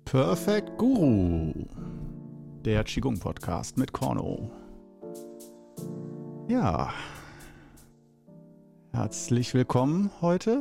Perfect Guru, der Qigong-Podcast mit Corno. Ja, herzlich willkommen heute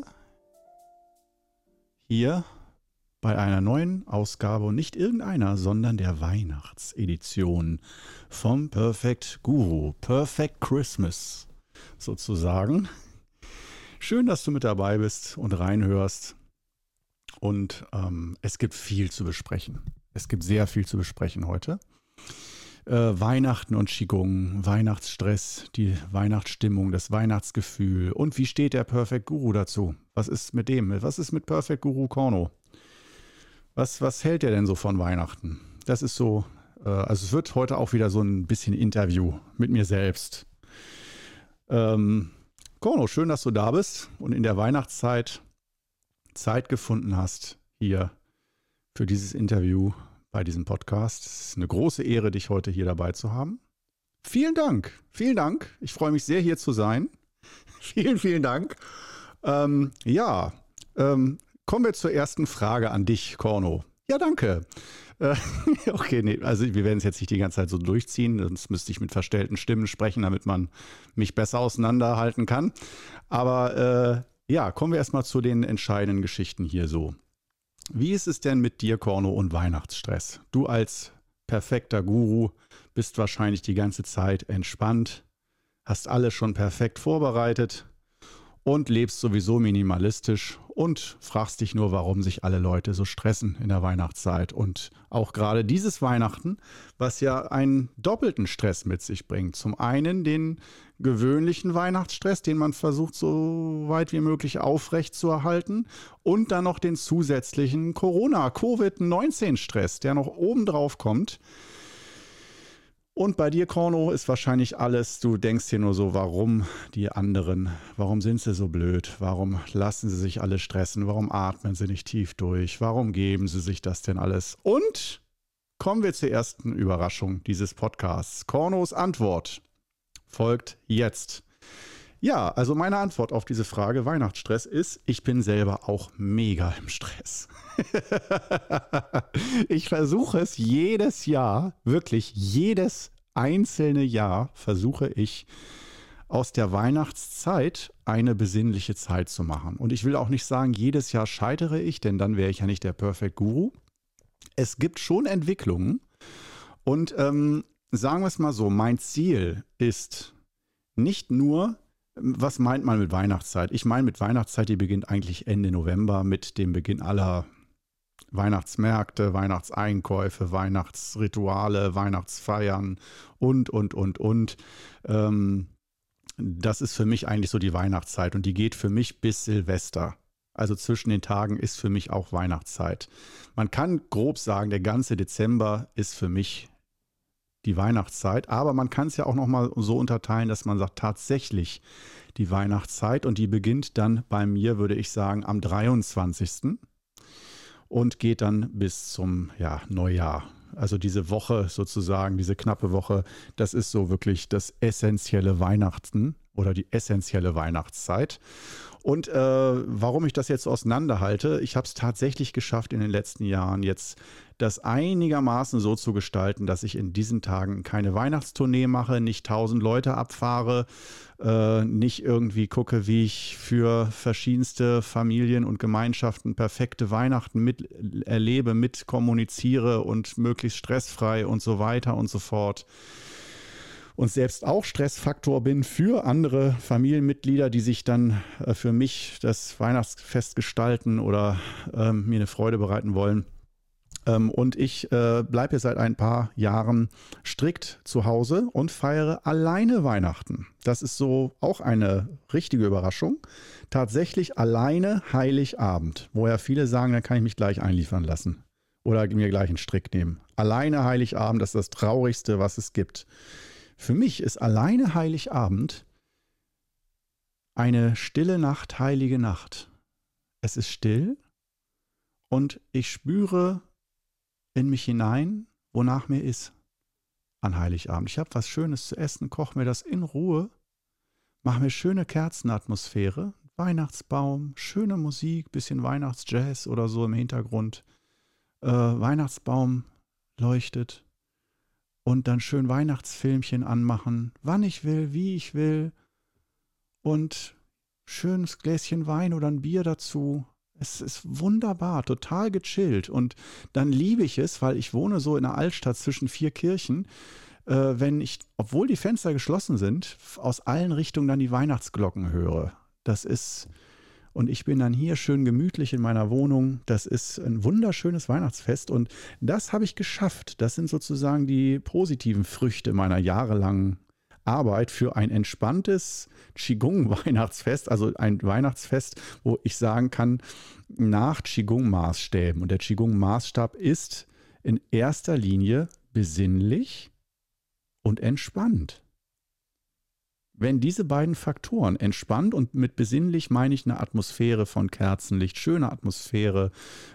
hier bei einer neuen Ausgabe und nicht irgendeiner, sondern der Weihnachtsedition vom Perfect Guru, Perfect Christmas sozusagen. Schön, dass du mit dabei bist und reinhörst. Und es gibt viel zu besprechen. Es gibt sehr viel zu besprechen heute. Weihnachten und Qigong, Weihnachtsstress, die Weihnachtsstimmung, das Weihnachtsgefühl. Und wie steht der Perfect Guru dazu? Was ist mit dem? Was ist mit Perfect Guru Corno? Was hält er denn so von Weihnachten? Das ist so, also es wird heute auch wieder so ein bisschen Interview mit mir selbst. Corno, schön, dass du da bist und in der Weihnachtszeit Zeit gefunden hast hier für dieses Interview bei diesem Podcast. Es ist eine große Ehre, dich heute hier dabei zu haben. Vielen Dank, vielen Dank. Ich freue mich sehr, hier zu sein. Vielen, vielen Dank. Kommen wir zur ersten Frage an dich, Corno. Ja, danke. Okay, nee, also wir werden es jetzt nicht die ganze Zeit so durchziehen, sonst müsste ich mit verstellten Stimmen sprechen, damit man mich besser auseinanderhalten kann. Aber kommen wir erstmal zu den entscheidenden Geschichten hier so. Wie ist es denn mit dir, Corno, und Weihnachtsstress? Du als perfekter Guru bist wahrscheinlich die ganze Zeit entspannt, hast alles schon perfekt vorbereitet und lebst sowieso minimalistisch und fragst dich nur, warum sich alle Leute so stressen in der Weihnachtszeit. Und auch gerade dieses Weihnachten, was ja einen doppelten Stress mit sich bringt. Zum einen den gewöhnlichen Weihnachtsstress, den man versucht, so weit wie möglich aufrecht zu erhalten. Und dann noch den zusätzlichen Covid-19-Stress, der noch obendrauf kommt. Und bei dir, Corno, ist wahrscheinlich alles, du denkst dir nur so, warum die anderen, warum sind sie so blöd, warum lassen sie sich alle stressen, warum atmen sie nicht tief durch, warum geben sie sich das denn alles? Und kommen wir zur ersten Überraschung dieses Podcasts. Cornos Antwort folgt jetzt. Ja, also meine Antwort auf diese Frage Weihnachtsstress ist, ich bin selber auch mega im Stress. Ich versuche es jedes Jahr, wirklich jedes einzelne Jahr versuche ich aus der Weihnachtszeit eine besinnliche Zeit zu machen. Und ich will auch nicht sagen, jedes Jahr scheitere ich, denn dann wäre ich ja nicht der Perfect Guru. Es gibt schon Entwicklungen und sagen wir es mal so, mein Ziel ist nicht nur, was meint man mit Weihnachtszeit? Ich meine mit Weihnachtszeit, die beginnt eigentlich Ende November mit dem Beginn aller Weihnachtsmärkte, Weihnachtseinkäufe, Weihnachtsrituale, Weihnachtsfeiern und. Das ist für mich eigentlich so die Weihnachtszeit und die geht für mich bis Silvester. Also zwischen den Tagen ist für mich auch Weihnachtszeit. Man kann grob sagen, der ganze Dezember ist für mich die Weihnachtszeit, aber man kann es ja auch nochmal so unterteilen, dass man sagt, tatsächlich die Weihnachtszeit und die beginnt dann bei mir, würde ich sagen, am 23. und geht dann bis zum Neujahr. Also diese Woche sozusagen, diese knappe Woche, das ist so wirklich das essentielle Weihnachten oder die essentielle Weihnachtszeit. Und warum ich das jetzt auseinanderhalte, ich habe es tatsächlich geschafft in den letzten Jahren jetzt das einigermaßen so zu gestalten, dass ich in diesen Tagen keine Weihnachtstournee mache, nicht 1000 Leute abfahre, nicht irgendwie gucke, wie ich für verschiedenste Familien und Gemeinschaften perfekte Weihnachten miterlebe, mitkommuniziere und möglichst stressfrei und so weiter und so fort. Und selbst auch Stressfaktor bin für andere Familienmitglieder, die sich dann für mich das Weihnachtsfest gestalten oder mir eine Freude bereiten wollen. Und ich bleibe hier seit ein paar Jahren strikt zu Hause und feiere alleine Weihnachten. Das ist so auch eine richtige Überraschung. Tatsächlich alleine Heiligabend, wo ja viele sagen, dann kann ich mich gleich einliefern lassen oder mir gleich einen Strick nehmen. Alleine Heiligabend, das ist das Traurigste, was es gibt. Für mich ist alleine Heiligabend eine stille Nacht, heilige Nacht. Es ist still und ich spüre in mich hinein, wonach mir ist an Heiligabend. Ich habe was Schönes zu essen, koche mir das in Ruhe, mache mir schöne Weihnachtsbaum leuchtet und dann schön Weihnachtsfilmchen anmachen, wann ich will, wie ich will und schönes Gläschen Wein oder ein Bier dazu. Es ist wunderbar, total gechillt. Und dann liebe ich es, weil ich wohne so in der Altstadt zwischen 4 Kirchen, wenn ich, obwohl die Fenster geschlossen sind, aus allen Richtungen dann die Weihnachtsglocken höre. Das ist, und ich bin dann hier schön gemütlich in meiner Wohnung. Das ist ein wunderschönes Weihnachtsfest und das habe ich geschafft. Das sind sozusagen die positiven Früchte meiner jahrelangen Arbeit für ein entspanntes Qigong-Weihnachtsfest, also ein Weihnachtsfest, wo ich sagen kann, nach Qigong-Maßstäben. Und der Qigong-Maßstab ist in erster Linie besinnlich und entspannt. Wenn diese beiden Faktoren, entspannt und mit besinnlich meine ich eine Atmosphäre von Kerzenlicht, schöne Atmosphäre,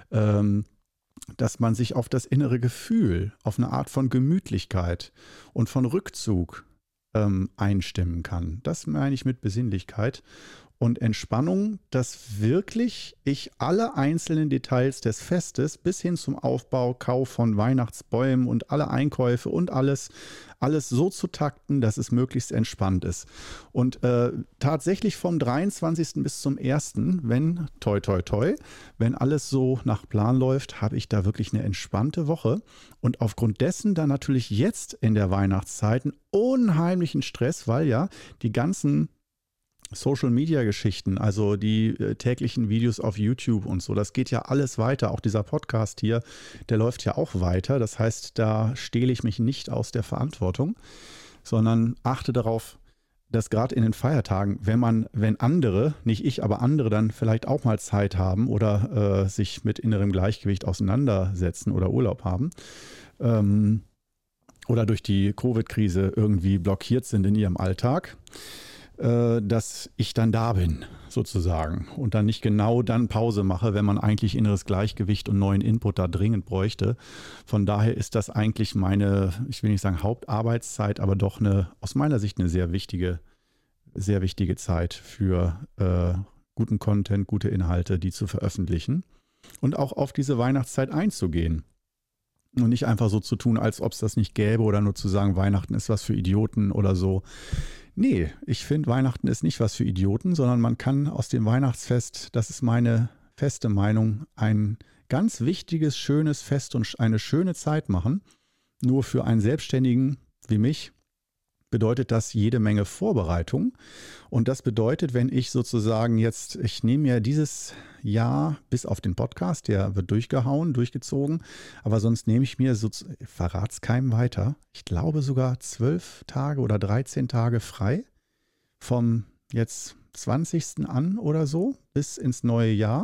dass man sich auf das innere Gefühl, auf eine Art von Gemütlichkeit und von Rückzug einstimmen kann. Das meine ich mit Besinnlichkeit und Entspannung, dass wirklich ich alle einzelnen Details des Festes bis hin zum Aufbau, Kauf von Weihnachtsbäumen und alle Einkäufe und alles so zu takten, dass es möglichst entspannt ist. Und tatsächlich vom 23. bis zum 1., wenn, toi toi toi, wenn alles so nach Plan läuft, habe ich da wirklich eine entspannte Woche. Und aufgrund dessen dann natürlich jetzt in der Weihnachtszeit einen unheimlichen Stress, weil ja die ganzen Social-Media-Geschichten, also die täglichen Videos auf YouTube und so, das geht ja alles weiter. Auch dieser Podcast hier, der läuft ja auch weiter. Das heißt, da stehle ich mich nicht aus der Verantwortung, sondern achte darauf, dass gerade in den Feiertagen, wenn andere, nicht ich, aber andere dann vielleicht auch mal Zeit haben oder sich mit innerem Gleichgewicht auseinandersetzen oder Urlaub haben, oder durch die Covid-Krise irgendwie blockiert sind in ihrem Alltag, dass ich dann da bin, sozusagen. Und dann nicht genau dann Pause mache, wenn man eigentlich inneres Gleichgewicht und neuen Input da dringend bräuchte. Von daher ist das eigentlich meine, ich will nicht sagen Hauptarbeitszeit, aber doch aus meiner Sicht eine sehr wichtige Zeit für guten Content, gute Inhalte, die zu veröffentlichen und auch auf diese Weihnachtszeit einzugehen. Und nicht einfach so zu tun, als ob es das nicht gäbe oder nur zu sagen, Weihnachten ist was für Idioten oder so. Nee, ich finde, Weihnachten ist nicht was für Idioten, sondern man kann aus dem Weihnachtsfest, das ist meine feste Meinung, ein ganz wichtiges, schönes Fest und eine schöne Zeit machen. Nur für einen Selbstständigen wie mich bedeutet das jede Menge Vorbereitung. Und das bedeutet, wenn ich sozusagen jetzt, ich nehme mir dieses Jahr bis auf den Podcast, der wird durchgezogen, aber sonst nehme ich mir, verrat's keinem weiter, ich glaube sogar 12 Tage oder 13 Tage frei vom jetzt 20. an oder so bis ins neue Jahr.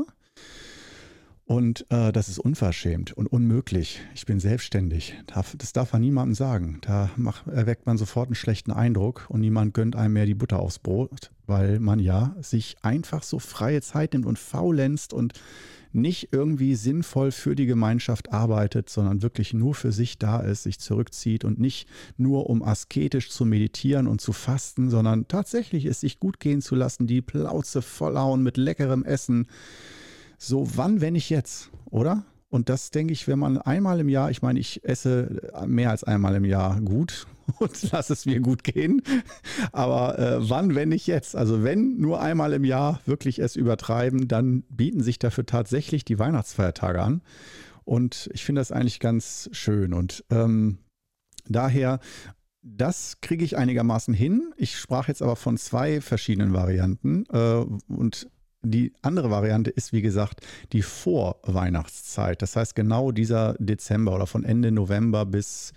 Und das ist unverschämt und unmöglich. Ich bin selbstständig. Das darf man niemandem sagen. Da erweckt man sofort einen schlechten Eindruck und niemand gönnt einem mehr die Butter aufs Brot, weil man ja sich einfach so freie Zeit nimmt und faulenzt und nicht irgendwie sinnvoll für die Gemeinschaft arbeitet, sondern wirklich nur für sich da ist, sich zurückzieht und nicht nur um asketisch zu meditieren und zu fasten, sondern tatsächlich es sich gut gehen zu lassen, die Plauze vollhauen mit leckerem Essen. So, wann, wenn nicht jetzt, oder? Und das denke ich, wenn man einmal im Jahr, ich meine, ich esse mehr als einmal im Jahr gut und lasse es mir gut gehen, aber wann, wenn nicht jetzt? Also wenn nur einmal im Jahr wirklich es übertreiben, dann bieten sich dafür tatsächlich die Weihnachtsfeiertage an und ich finde das eigentlich ganz schön und daher, das kriege ich einigermaßen hin. Ich sprach jetzt aber von 2 verschiedenen Varianten und die andere Variante ist, wie gesagt, die Vorweihnachtszeit. Das heißt, genau dieser Dezember oder von Ende November bis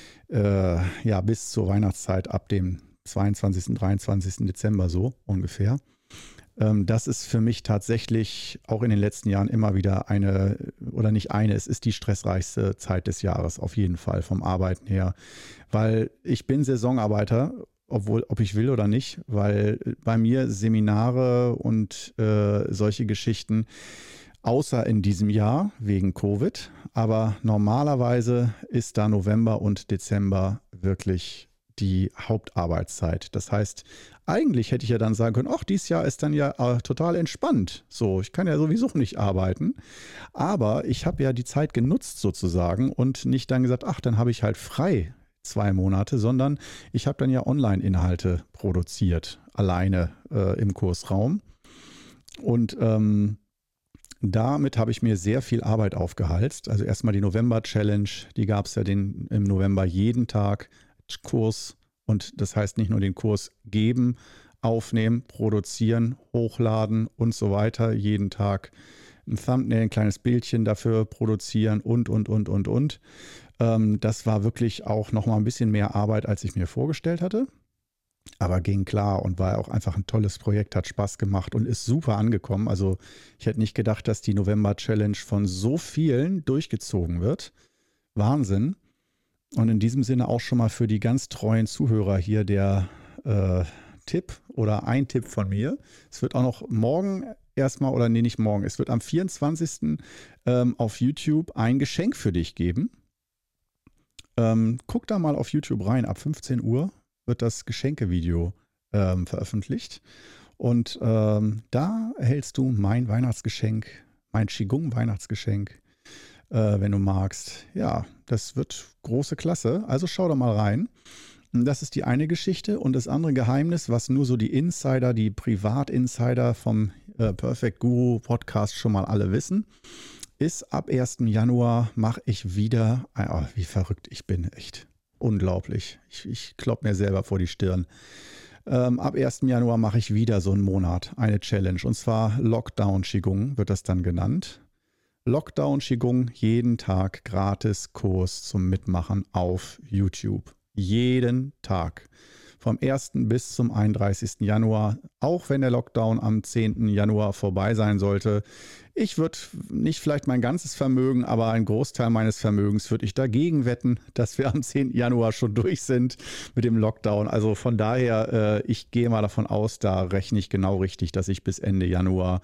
zur Weihnachtszeit ab dem 22., 23. Dezember so ungefähr. Das ist für mich tatsächlich auch in den letzten Jahren immer wieder es ist die stressreichste Zeit des Jahres, auf jeden Fall vom Arbeiten her. Weil ich bin Saisonarbeiter, ob ich will oder nicht, weil bei mir Seminare und solche Geschichten, außer in diesem Jahr wegen Covid, aber normalerweise ist da November und Dezember wirklich die Hauptarbeitszeit. Das heißt, eigentlich hätte ich ja dann sagen können, ach, dieses Jahr ist dann ja total entspannt. So, ich kann ja sowieso nicht arbeiten. Aber ich habe ja die Zeit genutzt sozusagen und nicht dann gesagt, ach, dann habe ich halt frei 2 Monate, sondern ich habe dann ja Online-Inhalte produziert, alleine im Kursraum. Und damit habe ich mir sehr viel Arbeit aufgehalst. Also erstmal die November-Challenge, die gab es ja im November jeden Tag Kurs. Und das heißt nicht nur den Kurs geben, aufnehmen, produzieren, hochladen und so weiter. Jeden Tag ein Thumbnail, ein kleines Bildchen dafür produzieren und. Das war wirklich auch nochmal ein bisschen mehr Arbeit, als ich mir vorgestellt hatte. Aber ging klar und war auch einfach ein tolles Projekt, hat Spaß gemacht und ist super angekommen. Also ich hätte nicht gedacht, dass die November-Challenge von so vielen durchgezogen wird. Wahnsinn. Und in diesem Sinne auch schon mal für die ganz treuen Zuhörer hier der Tipp oder ein Tipp von mir. Es wird auch noch morgen erstmal, oder nee, nicht morgen, es wird am 24. Auf YouTube ein Geschenk für dich geben. Guck da mal auf YouTube rein, ab 15 Uhr wird das Geschenkevideo veröffentlicht. Und da erhältst du mein Weihnachtsgeschenk, mein Qigong-Weihnachtsgeschenk, wenn du magst. Ja, das wird große Klasse. Also schau da mal rein. Das ist die eine Geschichte. Und das andere Geheimnis, was nur so die Insider, die Privat-Insider vom Perfect Guru Podcast schon mal alle wissen, ist, ab 1. Januar mache ich wieder, wie verrückt ich bin, echt unglaublich. Ich klopp mir selber vor die Stirn. Ab 1. Januar mache ich wieder so einen Monat, eine Challenge. Und zwar Lockdown Qigong wird das dann genannt. Lockdown Qigong, jeden Tag gratis Kurs zum Mitmachen auf YouTube. Jeden Tag. Vom 1. bis zum 31. Januar, auch wenn der Lockdown am 10. Januar vorbei sein sollte. Ich würde nicht vielleicht mein ganzes Vermögen, aber einen Großteil meines Vermögens würde ich dagegen wetten, dass wir am 10. Januar schon durch sind mit dem Lockdown. Also von daher, ich gehe mal davon aus, da rechne ich genau richtig, dass ich bis Ende Januar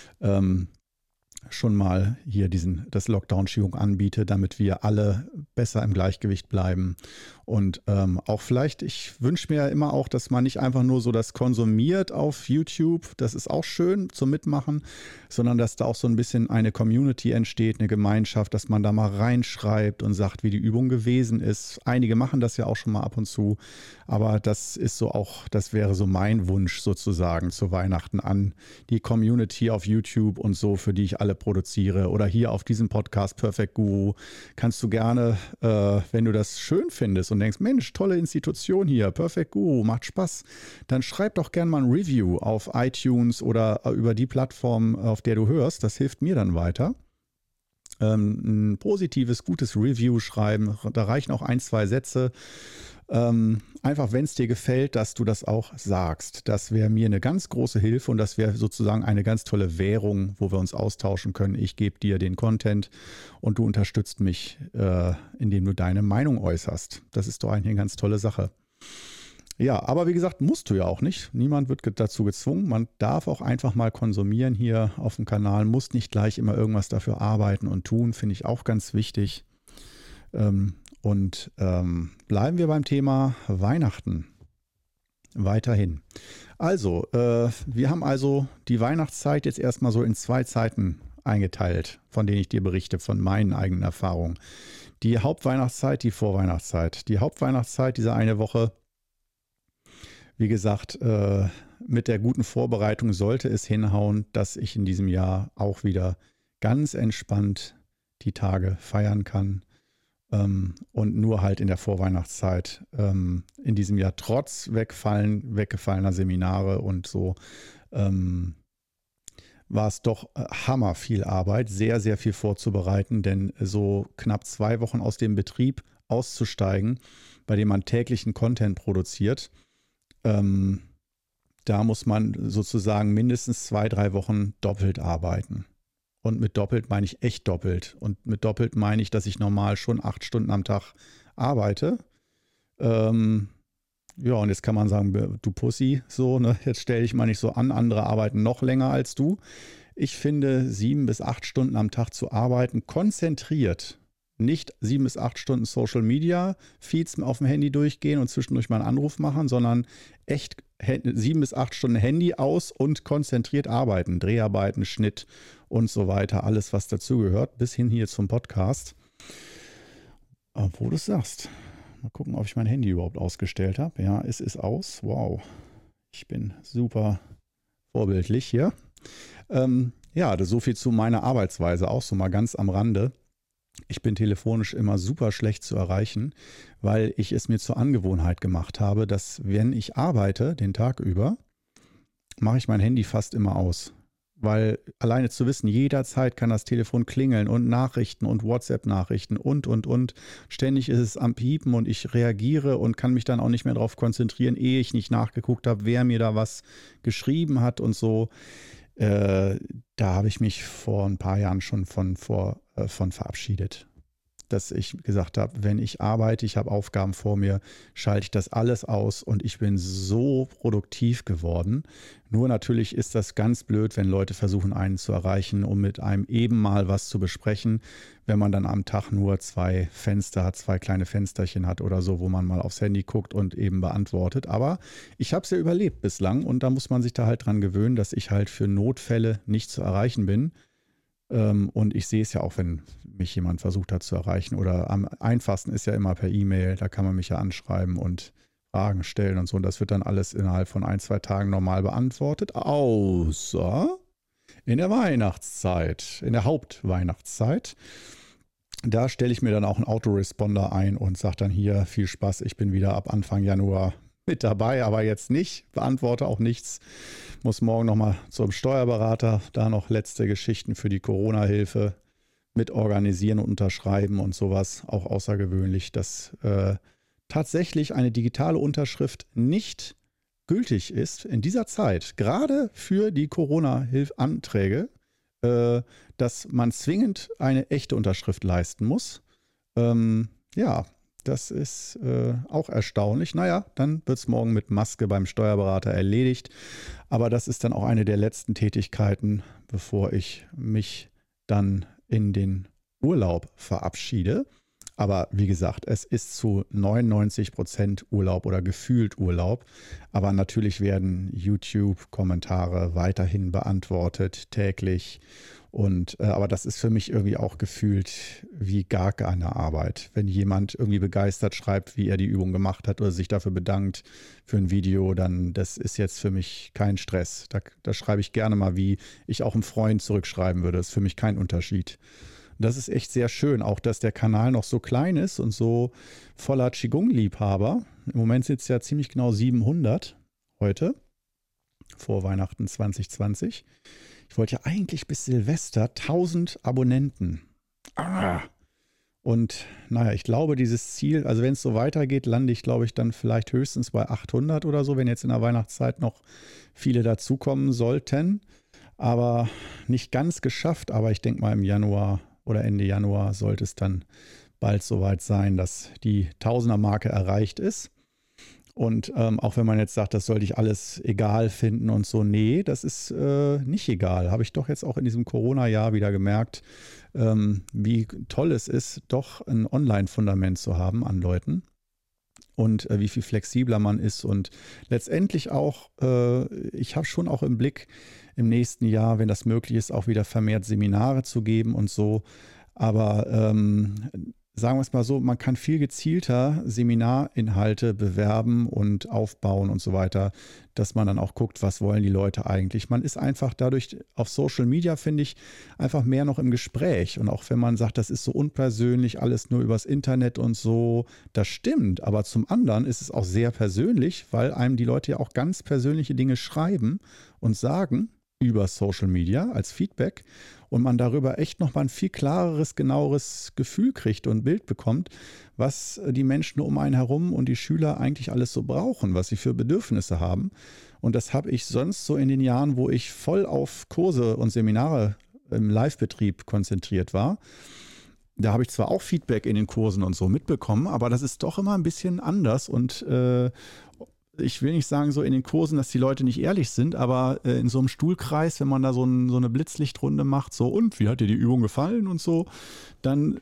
schon mal hier das Lockdown-Qigong anbiete, damit wir alle besser im Gleichgewicht bleiben. Und auch vielleicht, ich wünsche mir ja immer auch, dass man nicht einfach nur so das konsumiert auf YouTube, das ist auch schön zum Mitmachen, sondern dass da auch so ein bisschen eine Community entsteht, eine Gemeinschaft, dass man da mal reinschreibt und sagt, wie die Übung gewesen ist. Einige machen das ja auch schon mal ab und zu, aber das ist so auch, das wäre so mein Wunsch sozusagen zu Weihnachten an die Community auf YouTube und so, für die ich alle produziere, oder hier auf diesem Podcast Perfect Guru, kannst du gerne, wenn du das schön findest und denkst, Mensch, tolle Institution hier, Perfect Guru, macht Spaß, dann schreib doch gerne mal ein Review auf iTunes oder über die Plattform, auf der du hörst. Das hilft mir dann weiter. Ein positives, gutes Review schreiben, da reichen auch 1, 2 Sätze. Einfach, wenn es dir gefällt, dass du das auch sagst. Das wäre mir eine ganz große Hilfe und das wäre sozusagen eine ganz tolle Währung, wo wir uns austauschen können. Ich gebe dir den Content und du unterstützt mich, indem du deine Meinung äußerst. Das ist doch eigentlich eine ganz tolle Sache. Ja, aber wie gesagt, musst du ja auch nicht. Niemand wird dazu gezwungen. Man darf auch einfach mal konsumieren hier auf dem Kanal, muss nicht gleich immer irgendwas dafür arbeiten und tun, finde ich auch ganz wichtig. Und bleiben wir beim Thema Weihnachten weiterhin. Also, wir haben also die Weihnachtszeit jetzt erstmal so in 2 Zeiten eingeteilt, von denen ich dir berichte, von meinen eigenen Erfahrungen. Die Hauptweihnachtszeit, die Vorweihnachtszeit. Die Hauptweihnachtszeit, diese eine Woche, wie gesagt, mit der guten Vorbereitung sollte es hinhauen, dass ich in diesem Jahr auch wieder ganz entspannt die Tage feiern kann. Und nur halt in der Vorweihnachtszeit in diesem Jahr trotz weggefallener Seminare und so war es doch hammer viel Arbeit, sehr, sehr viel vorzubereiten, denn so knapp 2 Wochen aus dem Betrieb auszusteigen, bei dem man täglichen Content produziert, da muss man sozusagen mindestens 2, 3 Wochen doppelt arbeiten. Und mit doppelt meine ich echt doppelt. Und mit doppelt meine ich, dass ich normal schon 8 Stunden am Tag arbeite. Ja, und jetzt kann man sagen, du Pussy, so, ne? Jetzt stell dich mal nicht so an, andere arbeiten noch länger als du. Ich finde, 7 bis 8 Stunden am Tag zu arbeiten, konzentriert, nicht 7 bis 8 Stunden Social Media Feeds auf dem Handy durchgehen und zwischendurch mal einen Anruf machen, sondern echt 7 bis 8 Stunden Handy aus und konzentriert arbeiten. Dreharbeiten, Schnitt und so weiter. Alles, was dazugehört, bis hin hier zum Podcast. Wo du es sagst. Mal gucken, ob ich mein Handy überhaupt ausgestellt habe. Ja, es ist aus. Wow. Ich bin super vorbildlich hier. Ja, das so viel zu meiner Arbeitsweise. Auch so mal ganz am Rande. Ich bin telefonisch immer super schlecht zu erreichen, weil ich es mir zur Angewohnheit gemacht habe, dass wenn ich arbeite, den Tag über, mache ich mein Handy fast immer aus. Weil alleine zu wissen, jederzeit kann das Telefon klingeln und Nachrichten und WhatsApp-Nachrichten und. Ständig ist es am Piepen und ich reagiere und kann mich dann auch nicht mehr darauf konzentrieren, ehe ich nicht nachgeguckt habe, wer mir da was geschrieben hat und so. Da habe ich mich vor ein paar Jahren schon von verabschiedet. Dass ich gesagt habe, wenn ich arbeite, ich habe Aufgaben vor mir, schalte ich das alles aus und ich bin so produktiv geworden. Nur natürlich ist das ganz blöd, wenn Leute versuchen, einen zu erreichen, um mit einem eben mal was zu besprechen, wenn man dann am Tag nur 2 Fenster hat, 2 kleine Fensterchen hat oder so, wo man mal aufs Handy guckt und eben beantwortet. Aber ich habe es ja überlebt bislang und da muss man sich da halt dran gewöhnen, dass ich halt für Notfälle nicht zu erreichen bin. Und ich sehe es ja auch, wenn mich jemand versucht hat zu erreichen. Oder am einfachsten ist ja immer per E-Mail, da kann man mich ja anschreiben und Fragen stellen und so. Und das wird dann alles innerhalb von 1, 2 Tagen normal beantwortet, außer in der Weihnachtszeit, in der Hauptweihnachtszeit. Da stelle ich mir dann auch einen Autoresponder ein und sage dann hier, viel Spaß, ich bin wieder ab Anfang Januar mit dabei, aber jetzt nicht, beantworte auch nichts. Muss morgen nochmal zum Steuerberater, da noch letzte Geschichten für die Corona-Hilfe mit organisieren und unterschreiben und sowas. Auch außergewöhnlich, dass tatsächlich eine digitale Unterschrift nicht gültig ist in dieser Zeit, gerade für die Corona-Hilfanträge, dass man zwingend eine echte Unterschrift leisten muss. Ja, das ist auch erstaunlich. Naja, dann wird es morgen mit Maske beim Steuerberater erledigt. Aber das ist dann auch eine der letzten Tätigkeiten, bevor ich mich dann in den Urlaub verabschiede. Aber wie gesagt, es ist zu 99% Urlaub oder gefühlt Urlaub. Aber natürlich werden YouTube-Kommentare weiterhin beantwortet, täglich. Aber das ist für mich irgendwie auch gefühlt wie gar keine Arbeit. Wenn jemand irgendwie begeistert schreibt, wie er die Übung gemacht hat oder sich dafür bedankt für ein Video, dann das ist jetzt für mich kein Stress. Da schreibe ich gerne mal, wie ich auch einem Freund zurückschreiben würde. Das ist für mich kein Unterschied. Das ist echt sehr schön, auch dass der Kanal noch so klein ist und so voller Qigong-Liebhaber. Im Moment sind es ja ziemlich genau 700 heute, vor Weihnachten 2020. Ich wollte ja eigentlich bis Silvester 1000 Abonnenten. Und naja, ich glaube, dieses Ziel, also wenn es so weitergeht, lande ich, glaube ich, dann vielleicht höchstens bei 800 oder so, wenn jetzt in der Weihnachtszeit noch viele dazukommen sollten. Aber nicht ganz geschafft, aber ich denke mal im Januar oder Ende Januar sollte es dann bald soweit sein, dass die Tausender-Marke erreicht ist. Und auch wenn man jetzt sagt, das sollte ich alles egal finden und so, nee, das ist nicht egal. Habe ich doch jetzt auch in diesem Corona-Jahr wieder gemerkt, wie toll es ist, doch ein Online-Fundament zu haben an Leuten. Und wie viel flexibler man ist und letztendlich auch, ich habe schon auch im Blick, im nächsten Jahr, wenn das möglich ist, auch wieder vermehrt Seminare zu geben und so. Aber sagen wir es mal so, man kann viel gezielter Seminarinhalte bewerben und aufbauen und so weiter, dass man dann auch guckt, was wollen die Leute eigentlich. Man ist einfach dadurch auf Social Media, finde ich, einfach mehr noch im Gespräch. Und auch wenn man sagt, das ist so unpersönlich, alles nur übers Internet und so, das stimmt. Aber zum anderen ist es auch sehr persönlich, weil einem die Leute ja auch ganz persönliche Dinge schreiben und sagen über Social Media als Feedback und man darüber echt nochmal ein viel klareres, genaueres Gefühl kriegt und ein Bild bekommt, was die Menschen um einen herum und die Schüler eigentlich alles so brauchen, was sie für Bedürfnisse haben. Und das habe ich sonst so in den Jahren, wo ich voll auf Kurse und Seminare im Live-Betrieb konzentriert war. Da habe ich zwar auch Feedback in den Kursen und so mitbekommen, aber das ist doch immer ein bisschen anders und ich will nicht sagen so in den Kursen, dass die Leute nicht ehrlich sind, aber in so einem Stuhlkreis, wenn man da so eine Blitzlichtrunde macht, so und wie hat dir die Übung gefallen und so, dann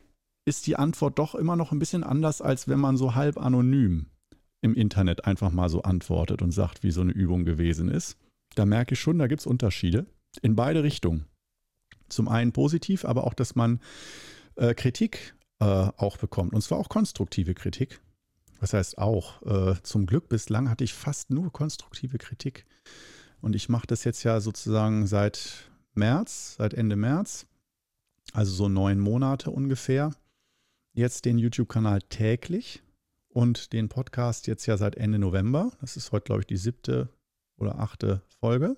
ist die Antwort doch immer noch ein bisschen anders, als wenn man so halb anonym im Internet einfach mal so antwortet und sagt, wie so eine Übung gewesen ist. Da merke ich schon, da gibt es Unterschiede in beide Richtungen. Zum einen positiv, aber auch, dass man Kritik auch bekommt. Und zwar auch konstruktive Kritik. Das heißt auch, zum Glück bislang hatte ich fast nur konstruktive Kritik. Und ich mache das jetzt ja sozusagen seit Ende März, also so 9 Monate ungefähr. Jetzt den YouTube-Kanal täglich und den Podcast jetzt ja seit Ende November. Das ist heute, glaube ich, die 7. oder 8. Folge.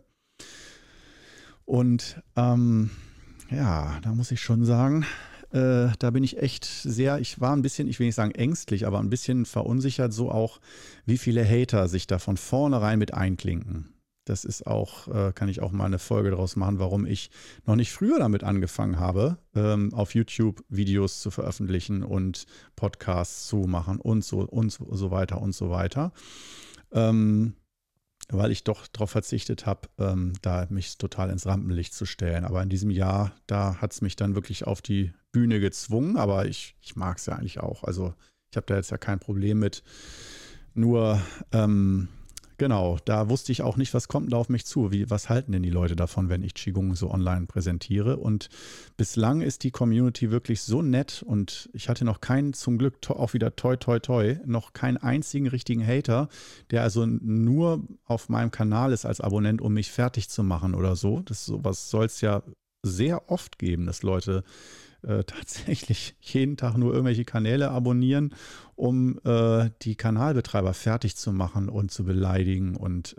Und ja, da muss ich schon sagen, da bin ich echt ich war ein bisschen, ich will nicht sagen ängstlich, aber ein bisschen verunsichert, so auch, wie viele Hater sich da von vornherein mit einklinken. Das ist auch, kann ich auch mal eine Folge daraus machen, warum ich noch nicht früher damit angefangen habe, auf YouTube Videos zu veröffentlichen und Podcasts zu machen und so weiter und so weiter. Weil ich doch darauf verzichtet habe, da mich total ins Rampenlicht zu stellen. Aber in diesem Jahr, da hat es mich dann wirklich auf die Bühne gezwungen. Aber ich mag es ja eigentlich auch. Also ich habe da jetzt ja kein Problem mit. Nur, genau, da wusste ich auch nicht, was kommt da auf mich zu. Was halten denn die Leute davon, wenn ich Qigong so online präsentiere? Und bislang ist die Community wirklich so nett und ich hatte noch keinen, zum Glück auch wieder toi, noch keinen einzigen richtigen Hater, der also nur auf meinem Kanal ist als Abonnent, um mich fertig zu machen oder so. Sowas soll es ja sehr oft geben, dass Leute tatsächlich jeden Tag nur irgendwelche Kanäle abonnieren, um die Kanalbetreiber fertig zu machen und zu beleidigen. Und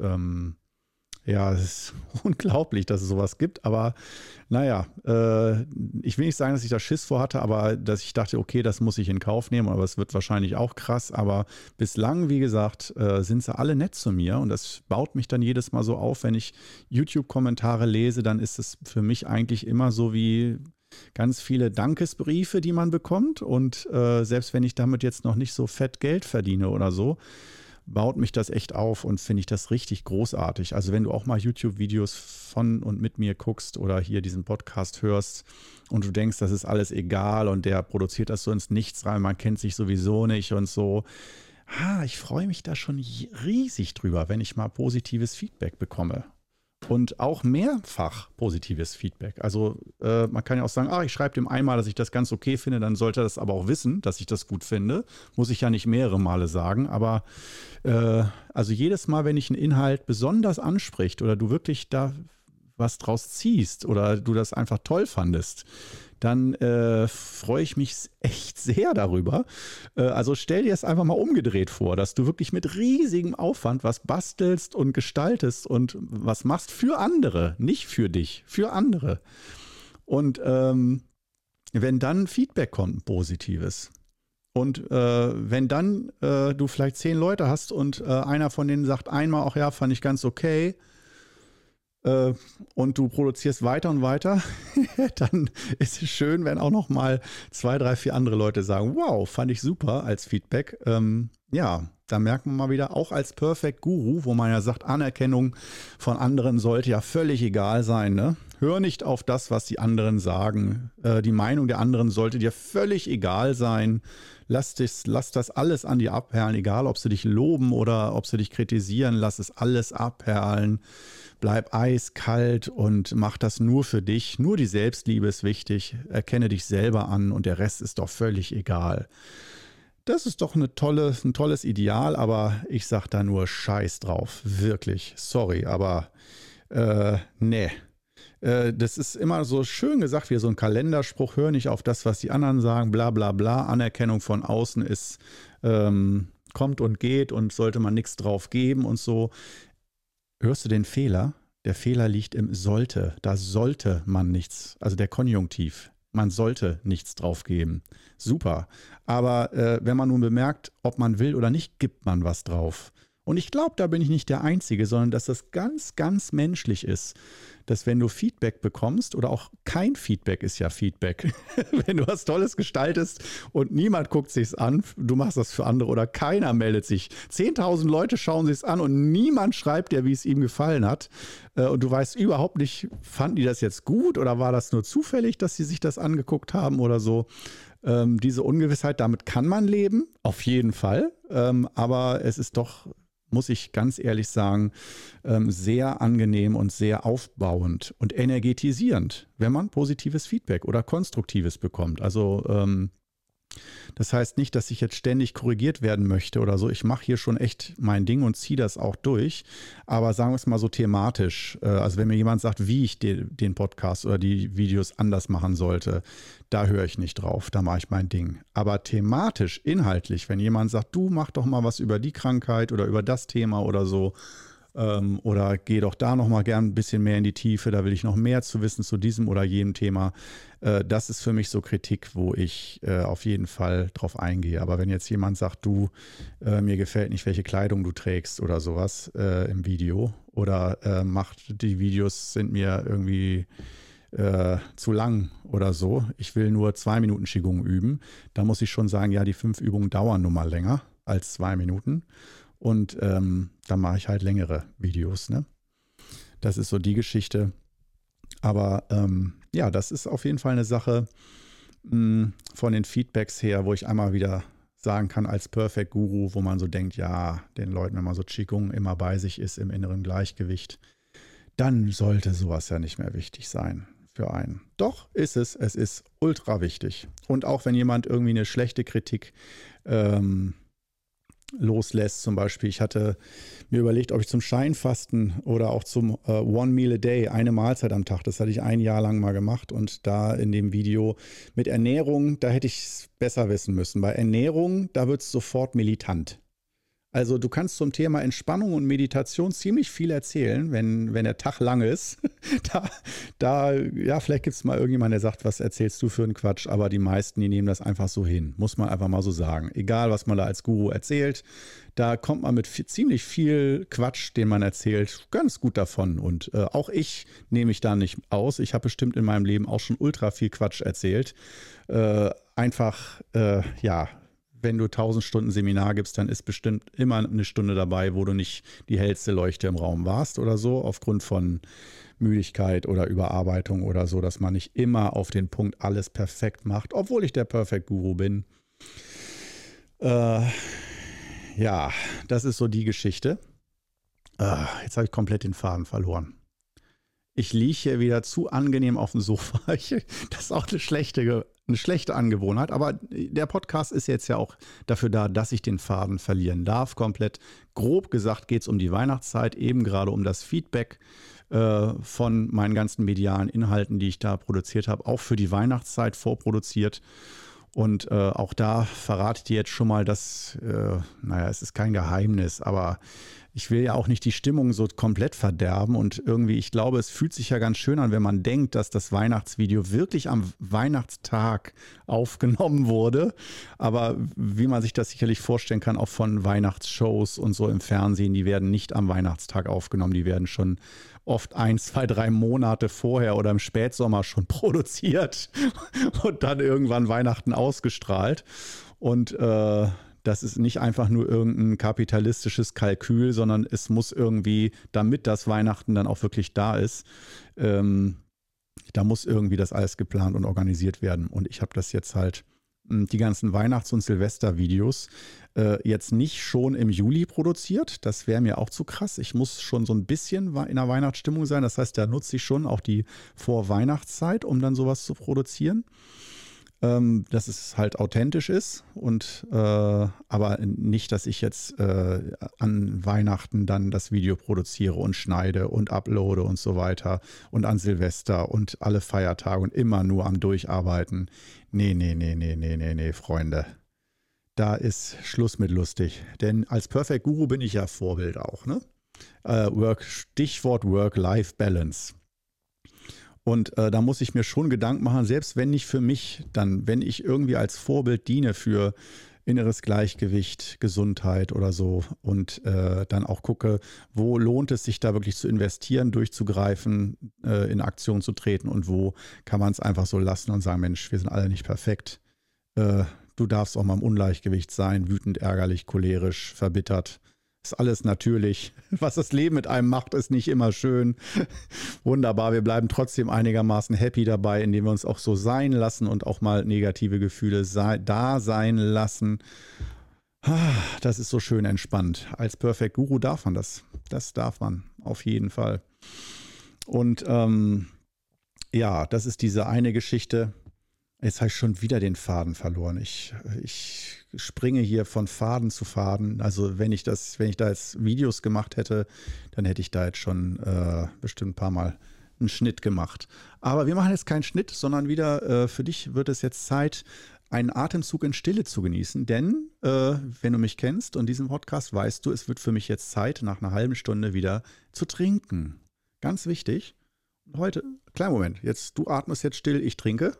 ja, es ist unglaublich, dass es sowas gibt. Aber naja, ich will nicht sagen, dass ich da Schiss vor hatte, aber dass ich dachte, okay, das muss ich in Kauf nehmen. Aber es wird wahrscheinlich auch krass. Aber bislang, wie gesagt, sind sie alle nett zu mir. Und das baut mich dann jedes Mal so auf, wenn ich YouTube-Kommentare lese, dann ist es für mich eigentlich immer so wie ganz viele Dankesbriefe, die man bekommt. Und selbst wenn ich damit jetzt noch nicht so fett Geld verdiene oder so, baut mich das echt auf und finde ich das richtig großartig. Also wenn du auch mal YouTube-Videos von und mit mir guckst oder hier diesen Podcast hörst und du denkst, das ist alles egal und der produziert das so ins Nichts rein, man kennt sich sowieso nicht und so. Ich freue mich da schon riesig drüber, wenn ich mal positives Feedback bekomme. Und auch mehrfach positives Feedback. Also man kann ja auch sagen, ich schreibe dem einmal, dass ich das ganz okay finde, dann sollte er das aber auch wissen, dass ich das gut finde. Muss ich ja nicht mehrere Male sagen. Aber also jedes Mal, wenn ich einen Inhalt besonders anspricht oder du wirklich da was draus ziehst oder du das einfach toll fandest, dann freue ich mich echt sehr darüber. Also stell dir es einfach mal umgedreht vor, dass du wirklich mit riesigem Aufwand was bastelst und gestaltest und was machst für andere, nicht für dich, für andere. Und wenn dann Feedback kommt, ein positives, und wenn dann du vielleicht 10 Leute hast und einer von denen sagt einmal, ach ja, fand ich ganz okay, und du produzierst weiter und weiter, dann ist es schön, wenn auch noch mal 2, 3, 4 andere Leute sagen, wow, fand ich super als Feedback. Ja, da merkt man mal wieder, auch als Perfect Guru, wo man ja sagt, Anerkennung von anderen sollte ja völlig egal sein, ne? Hör nicht auf das, was die anderen sagen. Die Meinung der anderen sollte dir völlig egal sein. Lass das alles an dir abperlen, egal ob sie dich loben oder ob sie dich kritisieren, lass es alles abperlen. Bleib eiskalt und mach das nur für dich. Nur die Selbstliebe ist wichtig. Erkenne dich selber an und der Rest ist doch völlig egal. Das ist doch ein tolles Ideal, aber ich sag da nur Scheiß drauf. Wirklich. Sorry, aber nee. Das ist immer so schön gesagt, wie so ein Kalenderspruch, hör nicht auf das, was die anderen sagen, bla bla bla. Anerkennung von außen ist, kommt und geht und sollte man nichts drauf geben und so. Hörst du den Fehler? Der Fehler liegt im sollte. Da sollte man nichts, also der Konjunktiv. Man sollte nichts drauf geben. Super. Aber wenn man nun bemerkt, ob man will oder nicht, gibt man was drauf. Und ich glaube, da bin ich nicht der Einzige, sondern dass das ganz, ganz menschlich ist, dass wenn du Feedback bekommst oder auch kein Feedback ist ja Feedback, wenn du was Tolles gestaltest und niemand guckt sich's an, du machst das für andere oder keiner meldet sich. 10.000 Leute schauen sich's an und niemand schreibt dir, wie es ihm gefallen hat. Und du weißt überhaupt nicht, fanden die das jetzt gut oder war das nur zufällig, dass sie sich das angeguckt haben oder so. Diese Ungewissheit, damit kann man leben, auf jeden Fall. Aber es ist doch, muss ich ganz ehrlich sagen, sehr angenehm und sehr aufbauend und energetisierend, wenn man positives Feedback oder konstruktives bekommt. Also das heißt nicht, dass ich jetzt ständig korrigiert werden möchte oder so. Ich mache hier schon echt mein Ding und ziehe das auch durch. Aber sagen wir es mal so thematisch. Also wenn mir jemand sagt, wie ich den Podcast oder die Videos anders machen sollte, da höre ich nicht drauf. Da mache ich mein Ding. Aber thematisch, inhaltlich, wenn jemand sagt, du mach doch mal was über die Krankheit oder über das Thema oder so, oder geh doch da noch mal gern ein bisschen mehr in die Tiefe, da will ich noch mehr zu wissen zu diesem oder jenem Thema. Das ist für mich so Kritik, wo ich auf jeden Fall drauf eingehe. Aber wenn jetzt jemand sagt, du, mir gefällt nicht, welche Kleidung du trägst oder sowas im Video oder die Videos sind mir irgendwie zu lang oder so, ich will nur 2 Minuten Qigong üben, da muss ich schon sagen, ja, die 5 Übungen dauern nun mal länger als 2 Minuten. Und dann mache ich halt längere Videos. Ne? Das ist so die Geschichte. Aber ja, das ist auf jeden Fall eine Sache von den Feedbacks her, wo ich einmal wieder sagen kann, als Perfect Guru, wo man so denkt, ja, den Leuten, wenn man so Qigong immer bei sich ist im inneren Gleichgewicht, dann sollte sowas ja nicht mehr wichtig sein für einen. Doch ist es ist ultra wichtig. Und auch wenn jemand irgendwie eine schlechte Kritik loslässt. Zum Beispiel, ich hatte mir überlegt, ob ich zum Scheinfasten oder auch zum One Meal a Day, eine Mahlzeit am Tag, das hatte ich 1 Jahr lang mal gemacht und da in dem Video mit Ernährung, da hätte ich es besser wissen müssen. Bei Ernährung, da wird es sofort militant. Also du kannst zum Thema Entspannung und Meditation ziemlich viel erzählen, wenn der Tag lang ist. Ja, vielleicht gibt es mal irgendjemanden, der sagt, was erzählst du für einen Quatsch, aber die meisten, die nehmen das einfach so hin, muss man einfach mal so sagen. Egal, was man da als Guru erzählt, da kommt man mit ziemlich viel Quatsch, den man erzählt, ganz gut davon. Und auch ich nehme mich da nicht aus. Ich habe bestimmt in meinem Leben auch schon ultra viel Quatsch erzählt. Ja, wenn du 1000 Stunden Seminar gibst, dann ist bestimmt immer eine Stunde dabei, wo du nicht die hellste Leuchte im Raum warst oder so, aufgrund von Müdigkeit oder Überarbeitung oder so, dass man nicht immer auf den Punkt alles perfekt macht, obwohl ich der Perfect Guru bin. Ja, das ist so die Geschichte. Jetzt habe ich komplett den Faden verloren. Ich liege hier wieder zu angenehm auf dem Sofa. Das ist auch eine schlechte Angewohnheit. Aber der Podcast ist jetzt ja auch dafür da, dass ich den Faden verlieren darf. Komplett grob gesagt geht es um die Weihnachtszeit, eben gerade um das Feedback von meinen ganzen medialen Inhalten, die ich da produziert habe, auch für die Weihnachtszeit vorproduziert. Und auch da verrate ich dir jetzt schon mal, dass, es ist kein Geheimnis, aber ich will ja auch nicht die Stimmung so komplett verderben und irgendwie, ich glaube, es fühlt sich ja ganz schön an, wenn man denkt, dass das Weihnachtsvideo wirklich am Weihnachtstag aufgenommen wurde. Aber wie man sich das sicherlich vorstellen kann, auch von Weihnachtsshows und so im Fernsehen, die werden nicht am Weihnachtstag aufgenommen, die werden schon oft 1, 2, 3 Monate vorher oder im Spätsommer schon produziert und dann irgendwann Weihnachten ausgestrahlt. Und das ist nicht einfach nur irgendein kapitalistisches Kalkül, sondern es muss irgendwie, damit das Weihnachten dann auch wirklich da ist, da muss irgendwie das alles geplant und organisiert werden. Und ich habe das jetzt halt, die ganzen Weihnachts- und Silvestervideos, jetzt nicht schon im Juli produziert. Das wäre mir auch zu krass. Ich muss schon so ein bisschen in der Weihnachtsstimmung sein. Das heißt, da nutze ich schon auch die Vorweihnachtszeit, um dann sowas zu produzieren. Dass es halt authentisch ist und aber nicht, dass ich jetzt an Weihnachten dann das Video produziere und schneide und uploade und so weiter und an Silvester und alle Feiertage und immer nur am Durcharbeiten. Nee, Freunde. Da ist Schluss mit lustig. Denn als Perfect Guru bin ich ja Vorbild auch, ne? Stichwort Work-Life-Balance. Und da muss ich mir schon Gedanken machen, selbst wenn nicht für mich, dann, wenn ich irgendwie als Vorbild diene für inneres Gleichgewicht, Gesundheit oder so und dann auch gucke, wo lohnt es sich da wirklich zu investieren, durchzugreifen, in Aktion zu treten und wo kann man es einfach so lassen und sagen, Mensch, wir sind alle nicht perfekt. Du darfst auch mal im Ungleichgewicht sein, wütend, ärgerlich, cholerisch, verbittert. ist alles natürlich. Was das Leben mit einem macht, ist nicht immer schön. Wunderbar, wir bleiben trotzdem einigermaßen happy dabei, indem wir uns auch so sein lassen und auch mal negative Gefühle da sein lassen. Das ist so schön entspannt. Als Perfect Guru darf man das. Das darf man auf jeden Fall. Und ja, das ist diese eine Geschichte. Jetzt habe ich schon wieder den Faden verloren. Ich springe hier von Faden zu Faden. Also wenn ich da jetzt Videos gemacht hätte, dann hätte ich da jetzt schon bestimmt ein paar Mal einen Schnitt gemacht. Aber wir machen jetzt keinen Schnitt, sondern wieder für dich wird es jetzt Zeit, einen Atemzug in Stille zu genießen. Denn wenn du mich kennst und diesen Podcast, weißt du, es wird für mich jetzt Zeit, nach einer halben Stunde wieder zu trinken. Ganz wichtig. Heute, kleinen Moment, du atmest jetzt still, ich trinke.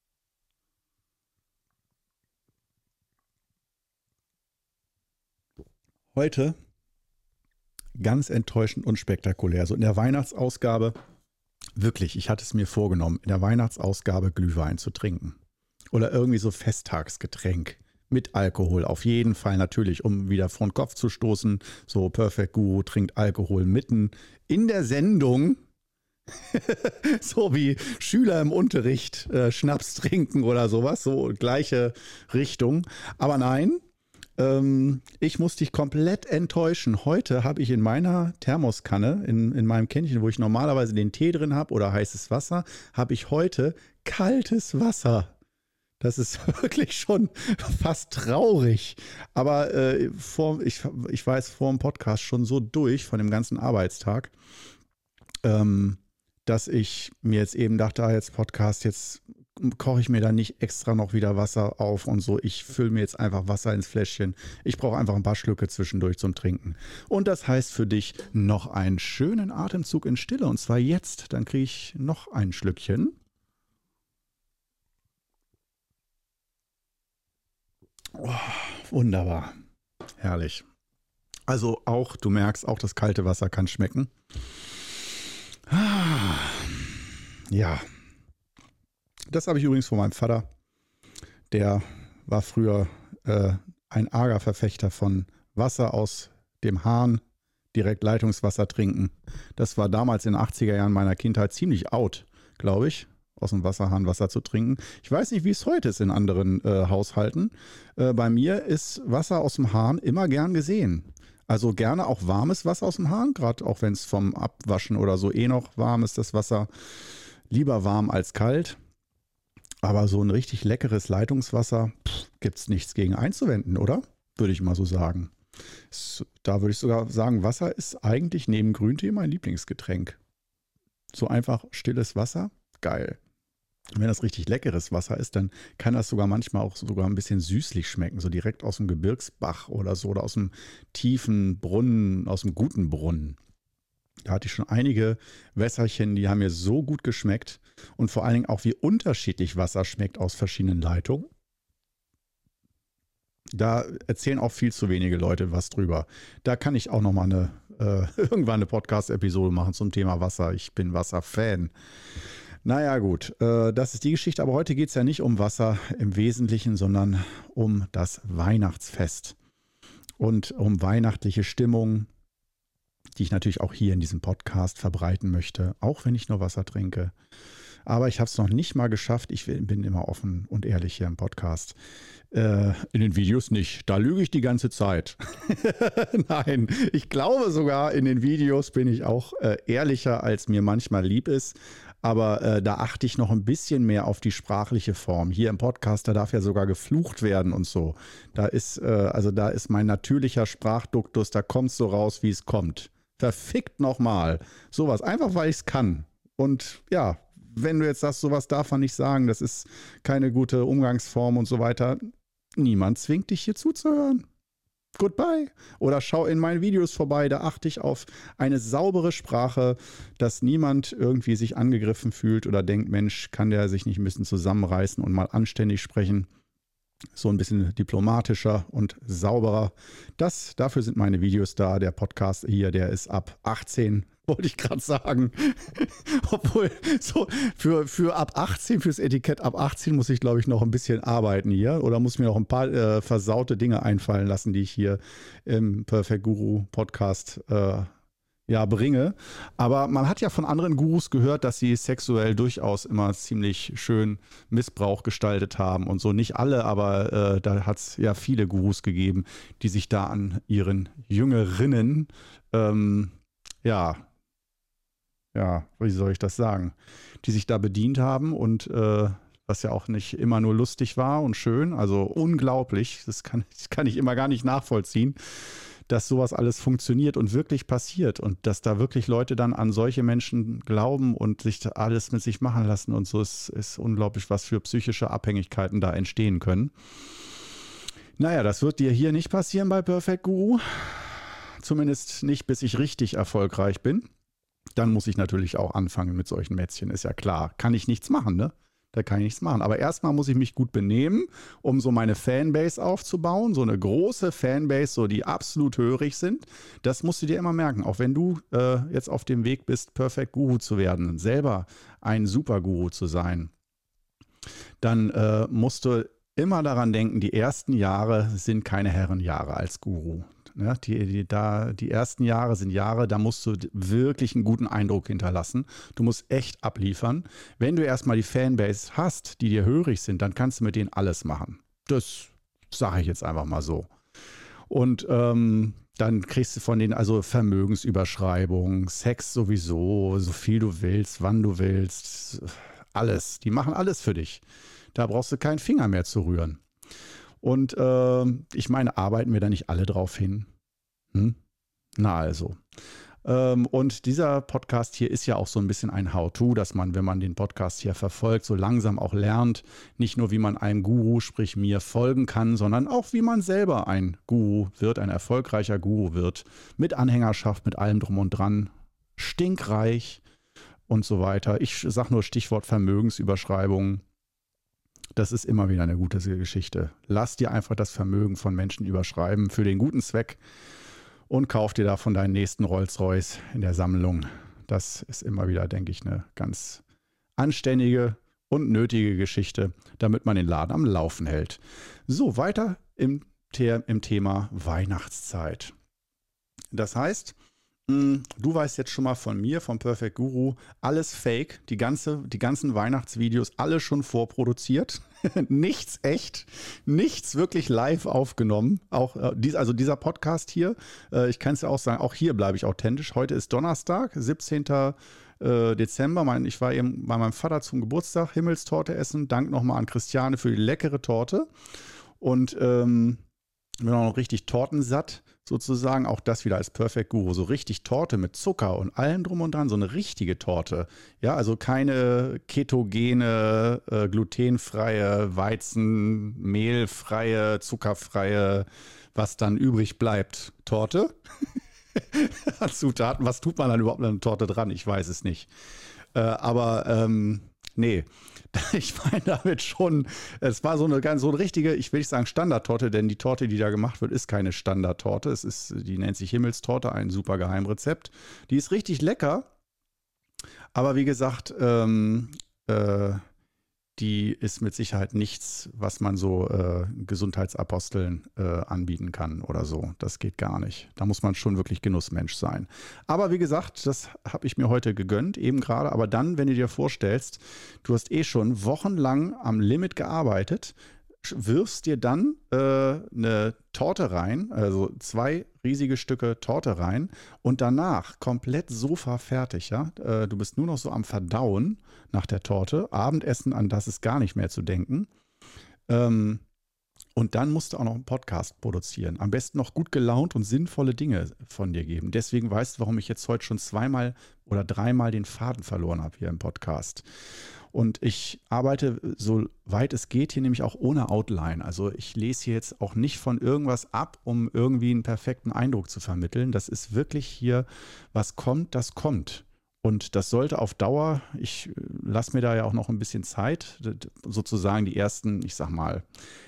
Heute ganz enttäuschend und spektakulär. So in der Weihnachtsausgabe, wirklich, ich hatte es mir vorgenommen, in der Weihnachtsausgabe Glühwein zu trinken. Oder irgendwie so Festtagsgetränk mit Alkohol. Auf jeden Fall natürlich, um wieder vor den Kopf zu stoßen. So Perfect Guru trinkt Alkohol mitten in der Sendung. So wie Schüler im Unterricht Schnaps trinken oder sowas. So gleiche Richtung. Aber nein. Ich muss dich komplett enttäuschen. Heute habe ich in meiner Thermoskanne, in meinem Kännchen, wo ich normalerweise den Tee drin habe oder heißes Wasser, habe ich heute kaltes Wasser. Das ist wirklich schon fast traurig. Aber ich war jetzt vor dem Podcast schon so durch von dem ganzen Arbeitstag, dass ich mir jetzt eben dachte, jetzt Podcast, jetzt koche ich mir da nicht extra noch wieder Wasser auf und so. Ich fülle mir jetzt einfach Wasser ins Fläschchen. Ich brauche einfach ein paar Schlücke zwischendurch zum Trinken. Und das heißt für dich noch einen schönen Atemzug in Stille. Und zwar jetzt. Dann kriege ich noch ein Schlückchen. Oh, wunderbar. Herrlich. Also auch, du merkst, auch das kalte Wasser kann schmecken. Ja. Das habe ich übrigens von meinem Vater. Der war früher ein arger Verfechter von Wasser aus dem Hahn, direkt Leitungswasser trinken. Das war damals in den 80er Jahren meiner Kindheit ziemlich out, glaube ich, aus dem Wasserhahn Wasser zu trinken. Ich weiß nicht, wie es heute ist in anderen Haushalten. Bei mir ist Wasser aus dem Hahn immer gern gesehen. Also gerne auch warmes Wasser aus dem Hahn, gerade auch wenn es vom Abwaschen oder so noch warm ist, das Wasser. Lieber warm als kalt. Aber so ein richtig leckeres Leitungswasser gibt es nichts gegen einzuwenden, oder? Würde ich mal so sagen. Da würde ich sogar sagen, Wasser ist eigentlich neben Grüntee mein Lieblingsgetränk. So einfach stilles Wasser, geil. Und wenn das richtig leckeres Wasser ist, dann kann das sogar manchmal auch sogar ein bisschen süßlich schmecken, so direkt aus dem Gebirgsbach oder so oder aus dem tiefen Brunnen, aus dem guten Brunnen. Da hatte ich schon einige Wässerchen, die haben mir so gut geschmeckt und vor allen Dingen auch, wie unterschiedlich Wasser schmeckt aus verschiedenen Leitungen. Da erzählen auch viel zu wenige Leute was drüber. Da kann ich auch nochmal irgendwann eine Podcast-Episode machen zum Thema Wasser. Ich bin Wasserfan. Naja gut, das ist die Geschichte. Aber heute geht es ja nicht um Wasser im Wesentlichen, sondern um das Weihnachtsfest und um weihnachtliche Stimmung, die ich natürlich auch hier in diesem Podcast verbreiten möchte, auch wenn ich nur Wasser trinke. Aber ich habe es noch nicht mal geschafft. Ich bin immer offen und ehrlich hier im Podcast. In den Videos nicht. Da lüge ich die ganze Zeit. Nein, ich glaube sogar, in den Videos bin ich auch ehrlicher, als mir manchmal lieb ist. Aber da achte ich noch ein bisschen mehr auf die sprachliche Form. Hier im Podcast, da darf ja sogar geflucht werden und so. Da ist mein natürlicher Sprachduktus, da kommt es so raus, wie es kommt. Verfickt nochmal. Sowas, einfach weil ich es kann. Und ja, wenn du jetzt sagst, sowas darf man nicht sagen, das ist keine gute Umgangsform und so weiter. Niemand zwingt dich hier zuzuhören. Goodbye. Oder schau in meinen Videos vorbei, da achte ich auf eine saubere Sprache, dass niemand irgendwie sich angegriffen fühlt oder denkt, Mensch, kann der sich nicht ein bisschen zusammenreißen und mal anständig sprechen. So ein bisschen diplomatischer und sauberer. Dafür sind meine Videos da. Der Podcast hier, der ist ab 18, wollte ich gerade sagen. Obwohl, so für ab 18, fürs Etikett ab 18 muss ich, glaube ich, noch ein bisschen arbeiten hier. Oder muss mir noch ein paar versaute Dinge einfallen lassen, die ich hier im Perfect Guru Podcast bringe. Aber man hat ja von anderen Gurus gehört, dass sie sexuell durchaus immer ziemlich schön Missbrauch gestaltet haben und so. Nicht alle, aber da hat es ja viele Gurus gegeben, die sich da an ihren Jüngerinnen, wie soll ich das sagen, die sich da bedient haben und was ja auch nicht immer nur lustig war und schön, also unglaublich, das kann ich immer gar nicht nachvollziehen, dass sowas alles funktioniert und wirklich passiert und dass da wirklich Leute dann an solche Menschen glauben und sich alles mit sich machen lassen und so ist unglaublich, was für psychische Abhängigkeiten da entstehen können. Naja, das wird dir hier nicht passieren bei Perfect Guru, zumindest nicht, bis ich richtig erfolgreich bin. Dann muss ich natürlich auch anfangen mit solchen Mätzchen, ist ja klar. Kann ich nichts machen, ne? Da kann ich nichts machen. Aber erstmal muss ich mich gut benehmen, um so meine Fanbase aufzubauen. So eine große Fanbase, so die absolut hörig sind. Das musst du dir immer merken. Auch wenn du jetzt auf dem Weg bist, Perfect Guru zu werden, selber ein Super-Guru zu sein, dann musst du immer daran denken, die ersten Jahre sind keine Herrenjahre als Guru. Ja, die ersten Jahre sind Jahre, da musst du wirklich einen guten Eindruck hinterlassen. Du musst echt abliefern. Wenn du erstmal die Fanbase hast, die dir hörig sind, dann kannst du mit denen alles machen. Das sage ich jetzt einfach mal so. Und dann kriegst du von denen also Vermögensüberschreibung, Sex sowieso, so viel du willst, wann du willst, alles. Die machen alles für dich. Da brauchst du keinen Finger mehr zu rühren. Und ich meine, arbeiten wir da nicht alle drauf hin? Na also. Und dieser Podcast hier ist ja auch so ein bisschen ein How-to, dass man, wenn man den Podcast hier verfolgt, so langsam auch lernt, nicht nur wie man einem Guru, sprich mir, folgen kann, sondern auch wie man selber ein Guru wird, ein erfolgreicher Guru wird, mit Anhängerschaft, mit allem drum und dran, stinkreich und so weiter. Ich sage nur Stichwort Vermögensüberschreibung. Das ist immer wieder eine gute Geschichte. Lass dir einfach das Vermögen von Menschen überschreiben für den guten Zweck und kauf dir davon deinen nächsten Rolls-Royce in der Sammlung. Das ist immer wieder, denke ich, eine ganz anständige und nötige Geschichte, damit man den Laden am Laufen hält. So, weiter im Thema Weihnachtszeit. Das heißt, du weißt jetzt schon mal von mir, vom Perfect Guru, alles fake, die ganzen Weihnachtsvideos, alle schon vorproduziert, nichts echt, nichts wirklich live aufgenommen. Auch dieser Podcast hier, ich kann es ja auch sagen, auch hier bleibe ich authentisch. Heute ist Donnerstag, 17. Dezember. Ich war eben bei meinem Vater zum Geburtstag Himmelstorte essen. Dank nochmal an Christiane für die leckere Torte. Und bin auch noch richtig tortensatt. Sozusagen auch das wieder als Perfect Guru, so richtig Torte mit Zucker und allem drum und dran, so eine richtige Torte. Ja, also keine ketogene, glutenfreie, Weizenmehlfreie, zuckerfreie, was dann übrig bleibt, Torte. Zutaten, was tut man dann überhaupt an einer Torte dran? Ich weiß es nicht. Nee. Ich meine damit schon, es war so eine richtige, ich will nicht sagen Standardtorte, denn die Torte, die da gemacht wird, ist keine Standardtorte. Die nennt sich Himmelstorte, ein super Geheimrezept. Die ist richtig lecker, aber wie gesagt, die ist mit Sicherheit nichts, was man so Gesundheitsaposteln anbieten kann oder so. Das geht gar nicht. Da muss man schon wirklich Genussmensch sein. Aber wie gesagt, das habe ich mir heute gegönnt, eben gerade. Aber dann, wenn du dir vorstellst, du hast schon wochenlang am Limit gearbeitet, wirfst dir dann eine Torte rein, also 2 riesige Stücke Torte rein und danach komplett Sofa fertig, ja. Du bist nur noch so am Verdauen nach der Torte, Abendessen, an das ist gar nicht mehr zu denken. Und dann musst du auch noch einen Podcast produzieren. Am besten noch gut gelaunt und sinnvolle Dinge von dir geben. Deswegen weißt du, warum ich jetzt heute schon 2-mal oder 3-mal den Faden verloren habe hier im Podcast. Und ich arbeite, so weit es geht, hier nämlich auch ohne Outline. Also ich lese hier jetzt auch nicht von irgendwas ab, um irgendwie einen perfekten Eindruck zu vermitteln. Das ist wirklich hier, was kommt, das kommt. Und das sollte auf Dauer, ich lasse mir da ja auch noch ein bisschen Zeit, sozusagen die ersten, ich sag mal,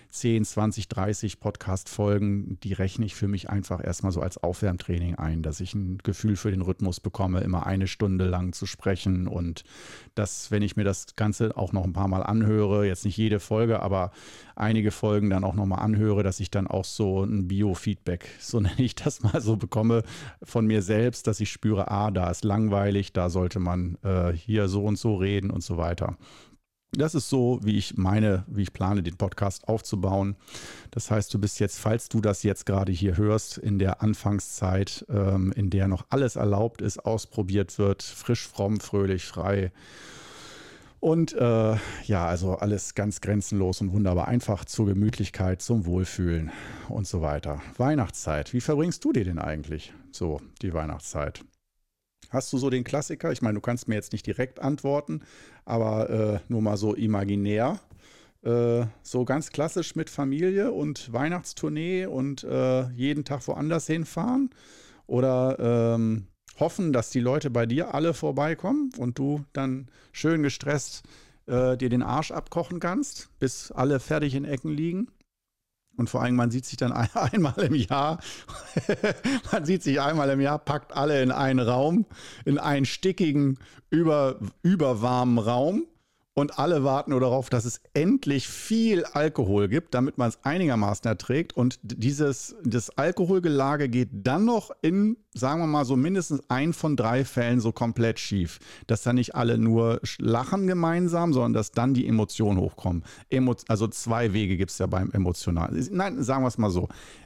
10, 20, 30 Podcast-Folgen, die rechne ich für mich einfach erstmal so als Aufwärmtraining ein, dass ich ein Gefühl für den Rhythmus bekomme, immer eine Stunde lang zu sprechen und dass, wenn ich mir das Ganze auch noch ein paar Mal anhöre, jetzt nicht jede Folge, aber einige Folgen dann auch nochmal anhöre, dass ich dann auch so ein Biofeedback, so nenne ich das mal, so bekomme von mir selbst, dass ich spüre, da ist langweilig, da sollte man hier so und so reden und so weiter. Das ist so, wie ich plane, den Podcast aufzubauen. Das heißt, du bist jetzt, falls du das jetzt gerade hier hörst, in der Anfangszeit, in der noch alles erlaubt ist, ausprobiert wird, frisch, fromm, fröhlich, frei. Und also alles ganz grenzenlos und wunderbar. Einfach zur Gemütlichkeit, zum Wohlfühlen und so weiter. Weihnachtszeit. Wie verbringst du dir denn eigentlich so die Weihnachtszeit? Hast du so den Klassiker? Ich meine, du kannst mir jetzt nicht direkt antworten, aber nur mal so imaginär. So ganz klassisch mit Familie und Weihnachtstournee und jeden Tag woanders hinfahren? Oder hoffen, dass die Leute bei dir alle vorbeikommen und du dann schön gestresst dir den Arsch abkochen kannst, bis alle fertig in Ecken liegen? Und vor allem, man sieht sich dann einmal im Jahr, packt alle in einen Raum, in einen stickigen, überwarmen Raum und alle warten nur darauf, dass es endlich viel Alkohol gibt, damit man es einigermaßen erträgt. Und das Alkoholgelage geht dann noch in, sagen wir mal, so mindestens 1 von 3 Fällen so komplett schief. Dass dann nicht alle nur lachen gemeinsam, sondern dass dann die Emotionen hochkommen. Also 2 Wege gibt es ja beim Emotionalen. Nein, sagen wir es mal so.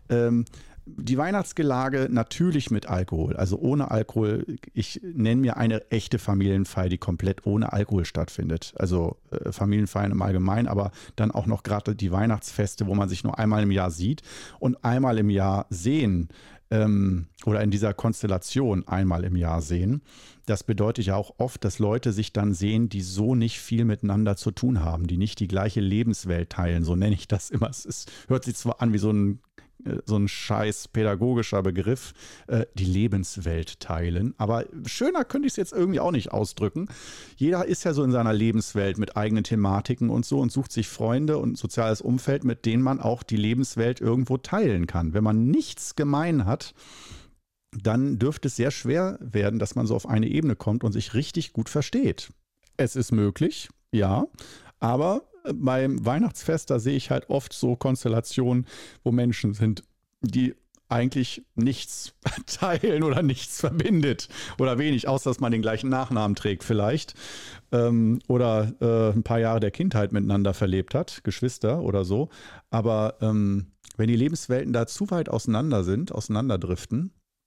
Die Weihnachtsgelage natürlich mit Alkohol, also ohne Alkohol. Ich nenne mir eine echte Familienfeier, die komplett ohne Alkohol stattfindet. Also Familienfeiern im Allgemeinen, aber dann auch noch gerade die Weihnachtsfeste, wo man sich nur einmal im Jahr sieht und einmal im Jahr sehen oder in dieser Konstellation einmal im Jahr sehen. Das bedeutet ja auch oft, dass Leute sich dann sehen, die so nicht viel miteinander zu tun haben, die nicht die gleiche Lebenswelt teilen, so nenne ich das immer. Hört sich zwar an wie so ein scheiß pädagogischer Begriff, die Lebenswelt teilen. Aber schöner könnte ich es jetzt irgendwie auch nicht ausdrücken. Jeder ist ja so in seiner Lebenswelt mit eigenen Thematiken und so und sucht sich Freunde und ein soziales Umfeld, mit denen man auch die Lebenswelt irgendwo teilen kann. Wenn man nichts gemein hat, dann dürfte es sehr schwer werden, dass man so auf eine Ebene kommt und sich richtig gut versteht. Es ist möglich, ja, aber beim Weihnachtsfest, da sehe ich halt oft so Konstellationen, wo Menschen sind, die eigentlich nichts teilen oder nichts verbindet oder wenig, außer dass man den gleichen Nachnamen trägt vielleicht oder ein paar Jahre der Kindheit miteinander verlebt hat, Geschwister oder so. Aber wenn die Lebenswelten da zu weit auseinanderdriften,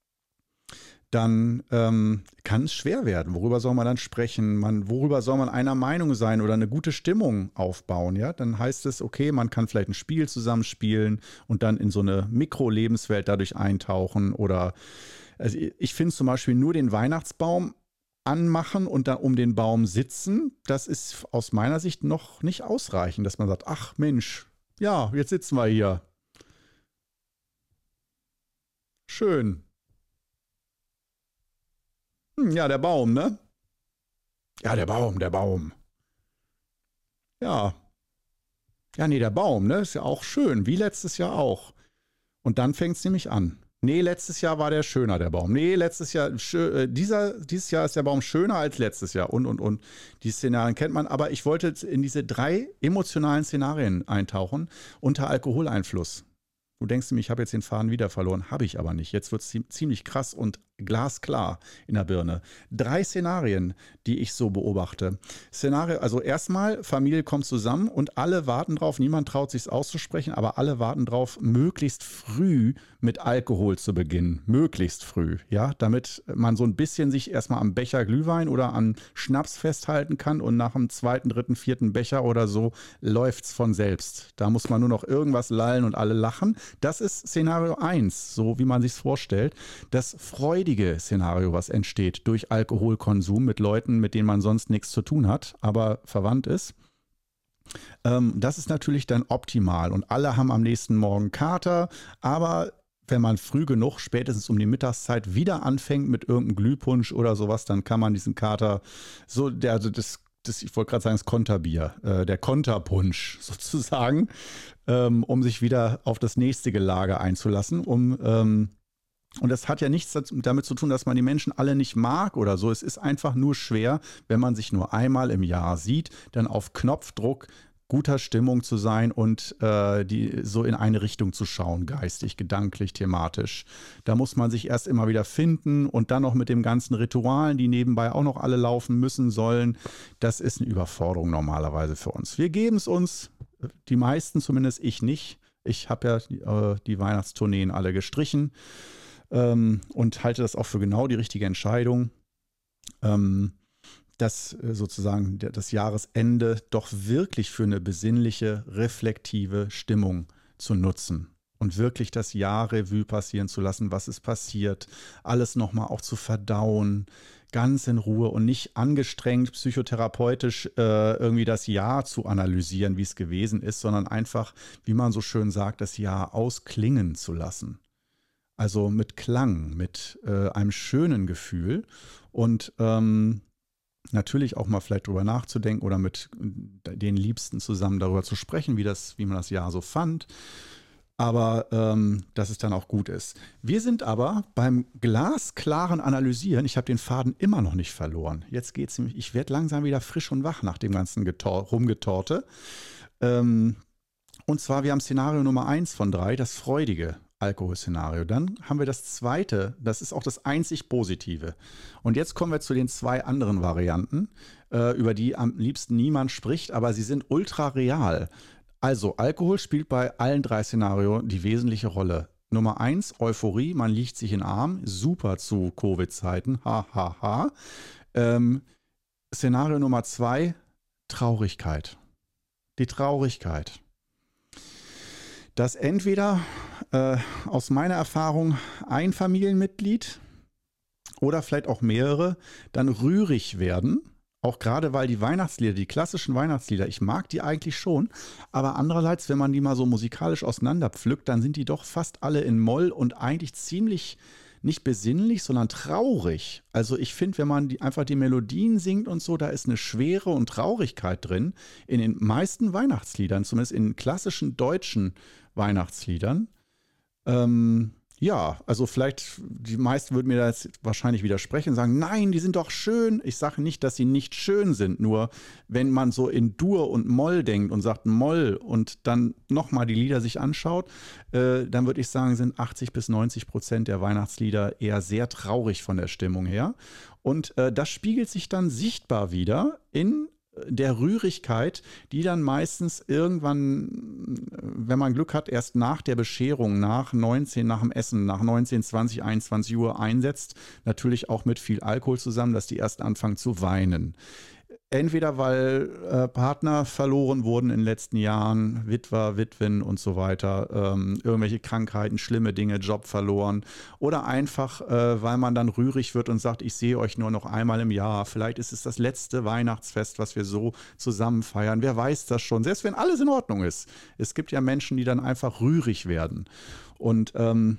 dann kann es schwer werden. Worüber soll man dann sprechen? Worüber soll man einer Meinung sein oder eine gute Stimmung aufbauen? Ja? Dann heißt es, okay, man kann vielleicht ein Spiel zusammenspielen und dann in so eine Mikro-Lebenswelt dadurch eintauchen. Oder also ich finde zum Beispiel nur den Weihnachtsbaum anmachen und dann um den Baum sitzen, das ist aus meiner Sicht noch nicht ausreichend, dass man sagt, ach Mensch, ja, jetzt sitzen wir hier. Schön. Ja, der Baum, ne? Ja, der Baum. Ja. Ja, nee, der Baum, ne? Ist ja auch schön, wie letztes Jahr auch. Und dann fängt es nämlich an. Nee, letztes Jahr war der schöner, der Baum. Nee, letztes Jahr, dieses Jahr ist der Baum schöner als letztes Jahr. Und. Die Szenarien kennt man. Aber ich wollte in diese 3 emotionalen Szenarien eintauchen unter Alkoholeinfluss. Du denkst nämlich, ich habe jetzt den Faden wieder verloren. Habe ich aber nicht. Jetzt wird es ziemlich krass und glasklar in der Birne. 3 Szenarien, die ich so beobachte. Szenario, also erstmal, Familie kommt zusammen und alle warten drauf, niemand traut sich es auszusprechen, aber alle warten drauf, möglichst früh mit Alkohol zu beginnen. Möglichst früh, ja, damit man so ein bisschen sich erstmal am Becher Glühwein oder an Schnaps festhalten kann und nach dem 2., 3., 4. Becher oder so läuft's von selbst. Da muss man nur noch irgendwas lallen und alle lachen. Das ist Szenario 1, so wie man sich's vorstellt. Das freudige Szenario, was entsteht durch Alkoholkonsum mit Leuten, mit denen man sonst nichts zu tun hat, aber verwandt ist. Das ist natürlich dann optimal und alle haben am nächsten Morgen Kater, aber wenn man früh genug, spätestens um die Mittagszeit, wieder anfängt mit irgendeinem Glühpunsch oder sowas, dann kann man diesen Kater so, also das ich wollte gerade sagen, das Konterbier, der Konterpunsch sozusagen, um sich wieder auf das nächste Gelage einzulassen, und das hat ja nichts damit zu tun, dass man die Menschen alle nicht mag oder so. Es ist einfach nur schwer, wenn man sich nur einmal im Jahr sieht, dann auf Knopfdruck guter Stimmung zu sein und die so in eine Richtung zu schauen, geistig, gedanklich, thematisch. Da muss man sich erst immer wieder finden und dann noch mit den ganzen Ritualen, die nebenbei auch noch alle laufen müssen sollen. Das ist eine Überforderung normalerweise für uns. Wir geben es uns, die meisten zumindest, ich nicht. Ich habe ja die Weihnachtstourneen alle gestrichen. Und halte das auch für genau die richtige Entscheidung, dass sozusagen das Jahresende doch wirklich für eine besinnliche, reflektive Stimmung zu nutzen und wirklich das Jahr Revue passieren zu lassen, was ist passiert, alles nochmal auch zu verdauen, ganz in Ruhe und nicht angestrengt psychotherapeutisch irgendwie das Jahr zu analysieren, wie es gewesen ist, sondern einfach, wie man so schön sagt, das Jahr ausklingen zu lassen. Also mit Klang, mit einem schönen Gefühl und natürlich auch mal vielleicht drüber nachzudenken oder mit den Liebsten zusammen darüber zu sprechen, wie man das Jahr so fand. Aber dass es dann auch gut ist. Wir sind aber beim glasklaren Analysieren, ich habe den Faden immer noch nicht verloren. Jetzt geht's nämlich, ich werde langsam wieder frisch und wach nach dem ganzen Rumgetorte. Und zwar, wir haben Szenario Nummer 1 von 3, das freudige Alkoholszenario. Dann haben wir das zweite, das ist auch das einzig Positive. Und jetzt kommen wir zu den 2 anderen Varianten, über die am liebsten niemand spricht, aber sie sind ultra real. Also Alkohol spielt bei allen 3 Szenarien die wesentliche Rolle. Nummer 1, Euphorie, man liegt sich in den Arm, super zu Covid-Zeiten, ha. Szenario Nummer 2, Traurigkeit. Die Traurigkeit. Dass entweder aus meiner Erfahrung ein Familienmitglied oder vielleicht auch mehrere dann rührig werden, auch gerade weil die Weihnachtslieder, die klassischen Weihnachtslieder, ich mag die eigentlich schon, aber andererseits, wenn man die mal so musikalisch auseinanderpflückt, dann sind die doch fast alle in Moll und eigentlich ziemlich nicht besinnlich, sondern traurig. Also ich finde, wenn man einfach die Melodien singt und so, da ist eine Schwere und Traurigkeit drin. In den meisten Weihnachtsliedern, zumindest in klassischen deutschen Weihnachtsliedern. Ja, also vielleicht, die meisten würden mir da jetzt wahrscheinlich widersprechen und sagen, nein, die sind doch schön. Ich sage nicht, dass sie nicht schön sind, nur wenn man so in Dur und Moll denkt und sagt Moll und dann nochmal die Lieder sich anschaut, dann würde ich sagen, sind 80-90% der Weihnachtslieder eher sehr traurig von der Stimmung her. Und das spiegelt sich dann sichtbar wieder in der Rührigkeit, die dann meistens irgendwann, wenn man Glück hat, erst nach der Bescherung, nach dem Essen, nach 19, 20, 21 Uhr einsetzt. Natürlich auch mit viel Alkohol zusammen, dass die erst anfangen zu weinen. Entweder weil Partner verloren wurden in den letzten Jahren, Witwer, Witwen und so weiter, irgendwelche Krankheiten, schlimme Dinge, Job verloren oder einfach, weil man dann rührig wird und sagt, ich sehe euch nur noch einmal im Jahr. Vielleicht ist es das letzte Weihnachtsfest, was wir so zusammen feiern. Wer weiß das schon, selbst wenn alles in Ordnung ist. Es gibt ja Menschen, die dann einfach rührig werden. Und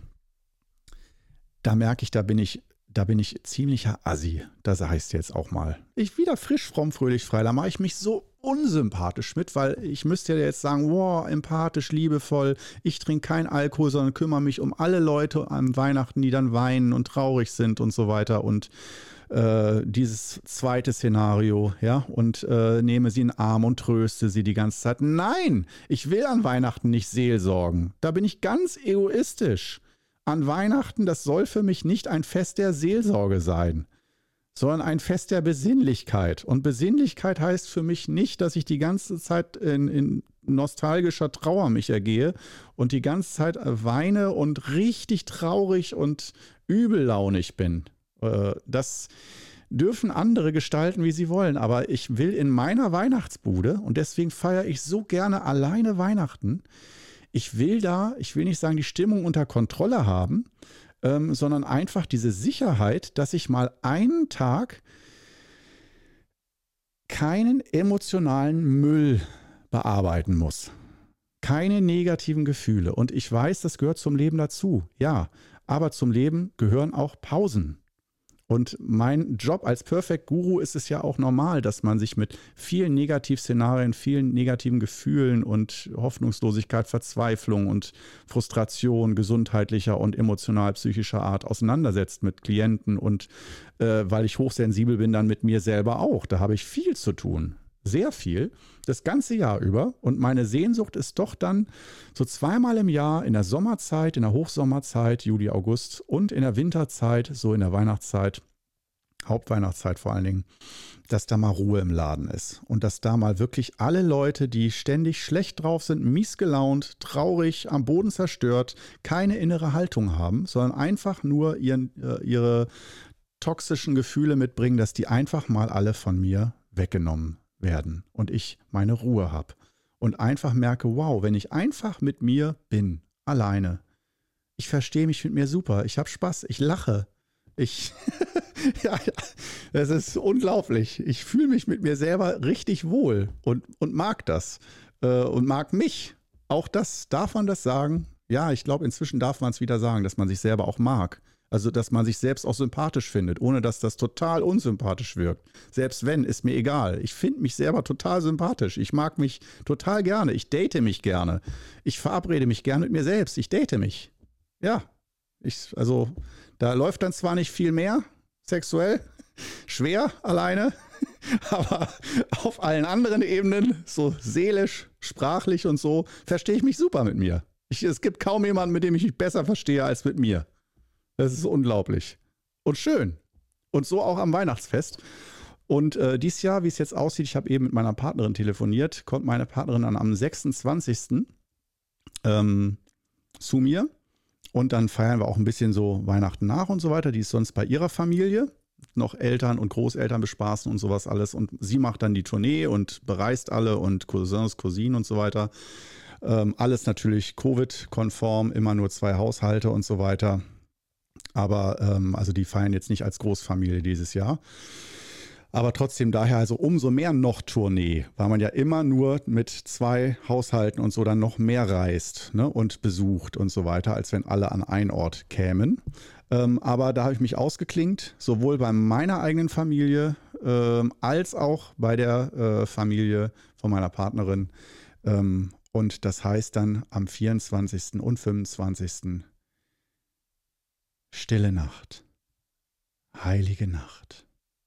da merke ich, da bin ich ziemlicher Assi, das heißt jetzt auch mal. Ich wieder frisch, fromm, fröhlich, frei, da mache ich mich so unsympathisch mit, weil ich müsste ja jetzt sagen, wow, empathisch, liebevoll, ich trinke keinen Alkohol, sondern kümmere mich um alle Leute an Weihnachten, die dann weinen und traurig sind und so weiter und dieses zweite Szenario, ja, und nehme sie in den Arm und tröste sie die ganze Zeit. Nein, ich will an Weihnachten nicht seelsorgen, da bin ich ganz egoistisch. An Weihnachten, das soll für mich nicht ein Fest der Seelsorge sein, sondern ein Fest der Besinnlichkeit. Und Besinnlichkeit heißt für mich nicht, dass ich die ganze Zeit in nostalgischer Trauer mich ergehe und die ganze Zeit weine und richtig traurig und übellaunig bin. Das dürfen andere gestalten, wie sie wollen. Aber ich will in meiner Weihnachtsbude, und deswegen feiere ich so gerne alleine Weihnachten, ich will nicht sagen, die Stimmung unter Kontrolle haben, sondern einfach diese Sicherheit, dass ich mal einen Tag keinen emotionalen Müll bearbeiten muss. Keine negativen Gefühle. Und ich weiß, das gehört zum Leben dazu. Ja, aber zum Leben gehören auch Pausen. Und mein Job als Perfect Guru ist es ja auch normal, dass man sich mit vielen Negativszenarien, vielen negativen Gefühlen und Hoffnungslosigkeit, Verzweiflung und Frustration gesundheitlicher und emotional-psychischer Art auseinandersetzt mit Klienten und weil ich hochsensibel bin, dann mit mir selber auch. Da habe ich viel zu tun. Sehr viel, das ganze Jahr über. Und meine Sehnsucht ist doch dann so zweimal im Jahr in der Sommerzeit, in der Hochsommerzeit, Juli, August und in der Winterzeit, so in der Weihnachtszeit, Hauptweihnachtszeit vor allen Dingen, dass da mal Ruhe im Laden ist. Und dass da mal wirklich alle Leute, die ständig schlecht drauf sind, mies gelaunt, traurig, am Boden zerstört, keine innere Haltung haben, sondern einfach nur ihre toxischen Gefühle mitbringen, dass die einfach mal alle von mir weggenommen werden und ich meine Ruhe habe und einfach merke, wow, wenn ich einfach mit mir bin, alleine, ich verstehe mich mit mir super, ich habe Spaß, ich lache, ja, das ist unglaublich. Ich fühle mich mit mir selber richtig wohl und mag das und mag mich. Auch das, darf man das sagen? Ja, ich glaube, inzwischen darf man es wieder sagen, dass man sich selber auch mag. Also, dass man sich selbst auch sympathisch findet, ohne dass das total unsympathisch wirkt. Selbst wenn, ist mir egal. Ich finde mich selber total sympathisch. Ich mag mich total gerne. Ich date mich gerne. Ich verabrede mich gerne mit mir selbst. Ich date mich. Ja, also, da läuft dann zwar nicht viel mehr sexuell, schwer alleine, aber auf allen anderen Ebenen, so seelisch, sprachlich und so, verstehe ich mich super mit mir. Es gibt kaum jemanden, mit dem ich mich besser verstehe als mit mir. Das ist unglaublich. Und schön. Und so auch am Weihnachtsfest. Und dieses Jahr, wie es jetzt aussieht, ich habe eben mit meiner Partnerin telefoniert, kommt meine Partnerin dann am 26. Zu mir. Und dann feiern wir auch ein bisschen so Weihnachten nach und so weiter. Die ist sonst bei ihrer Familie. Noch Eltern und Großeltern bespaßen und sowas alles. Und sie macht dann die Tournee und bereist alle und Cousins, Cousinen und so weiter. Alles natürlich Covid-konform, immer nur 2 Haushalte und so weiter. Aber also die feiern jetzt nicht als Großfamilie dieses Jahr. Aber trotzdem daher also umso mehr noch Tournee, weil man ja immer nur mit 2 Haushalten und so dann noch mehr reist, ne, und besucht und so weiter, als wenn alle an einen Ort kämen. Aber da habe ich mich ausgeklinkt, sowohl bei meiner eigenen Familie als auch bei der Familie von meiner Partnerin. Und das heißt dann am 24. und 25. Stille Nacht, heilige Nacht.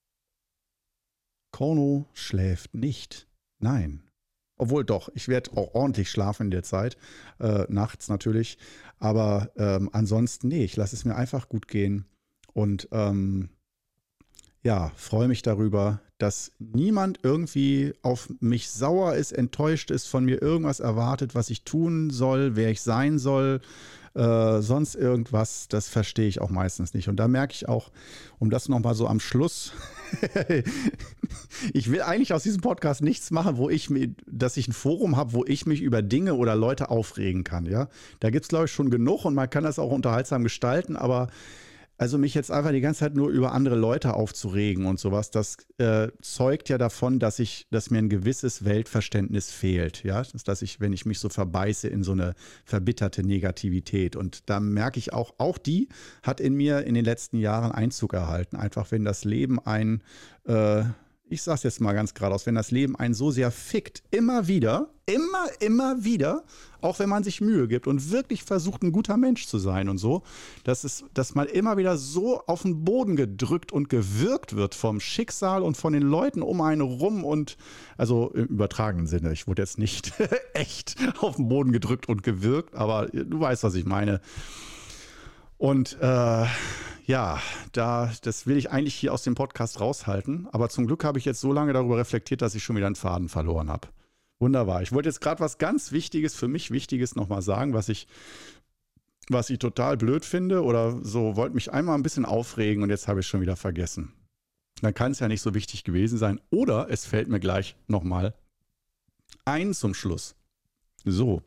Kono schläft nicht. Nein. Obwohl doch, ich werde auch ordentlich schlafen in der Zeit, nachts natürlich. Aber ansonsten, nee, ich lasse es mir einfach gut gehen. Und ja, freue mich darüber, dass niemand irgendwie auf mich sauer ist, enttäuscht ist, von mir irgendwas erwartet, was ich tun soll, wer ich sein soll. Sonst irgendwas, das verstehe ich auch meistens nicht. Und da merke ich auch, um das nochmal so am Schluss, ich will eigentlich aus diesem Podcast nichts machen, dass ich ein Forum habe, wo ich mich über Dinge oder Leute aufregen kann. Ja? Da gibt es, glaube ich, schon genug und man kann das auch unterhaltsam gestalten, aber also mich jetzt einfach die ganze Zeit nur über andere Leute aufzuregen und sowas, das zeugt ja davon, dass mir ein gewisses Weltverständnis fehlt. Ja? Wenn ich mich so verbeiße in so eine verbitterte Negativität. Und da merke ich auch die hat in mir in den letzten Jahren Einzug erhalten. Einfach wenn das Leben ich sag's jetzt mal ganz geradeaus, wenn das Leben einen so sehr fickt, immer wieder, auch wenn man sich Mühe gibt und wirklich versucht, ein guter Mensch zu sein und so, dass man immer wieder so auf den Boden gedrückt und gewürgt wird vom Schicksal und von den Leuten um einen rum und, also im übertragenen Sinne, ich wurde jetzt nicht echt auf den Boden gedrückt und gewürgt, aber du weißt, was ich meine. Und ja, das will ich eigentlich hier aus dem Podcast raushalten. Aber zum Glück habe ich jetzt so lange darüber reflektiert, dass ich schon wieder einen Faden verloren habe. Wunderbar. Ich wollte jetzt gerade was ganz Wichtiges, für mich Wichtiges nochmal sagen, was ich total blöd finde oder so, wollte mich einmal ein bisschen aufregen und jetzt habe ich es schon wieder vergessen. Dann kann es ja nicht so wichtig gewesen sein. Oder es fällt mir gleich nochmal ein zum Schluss. So,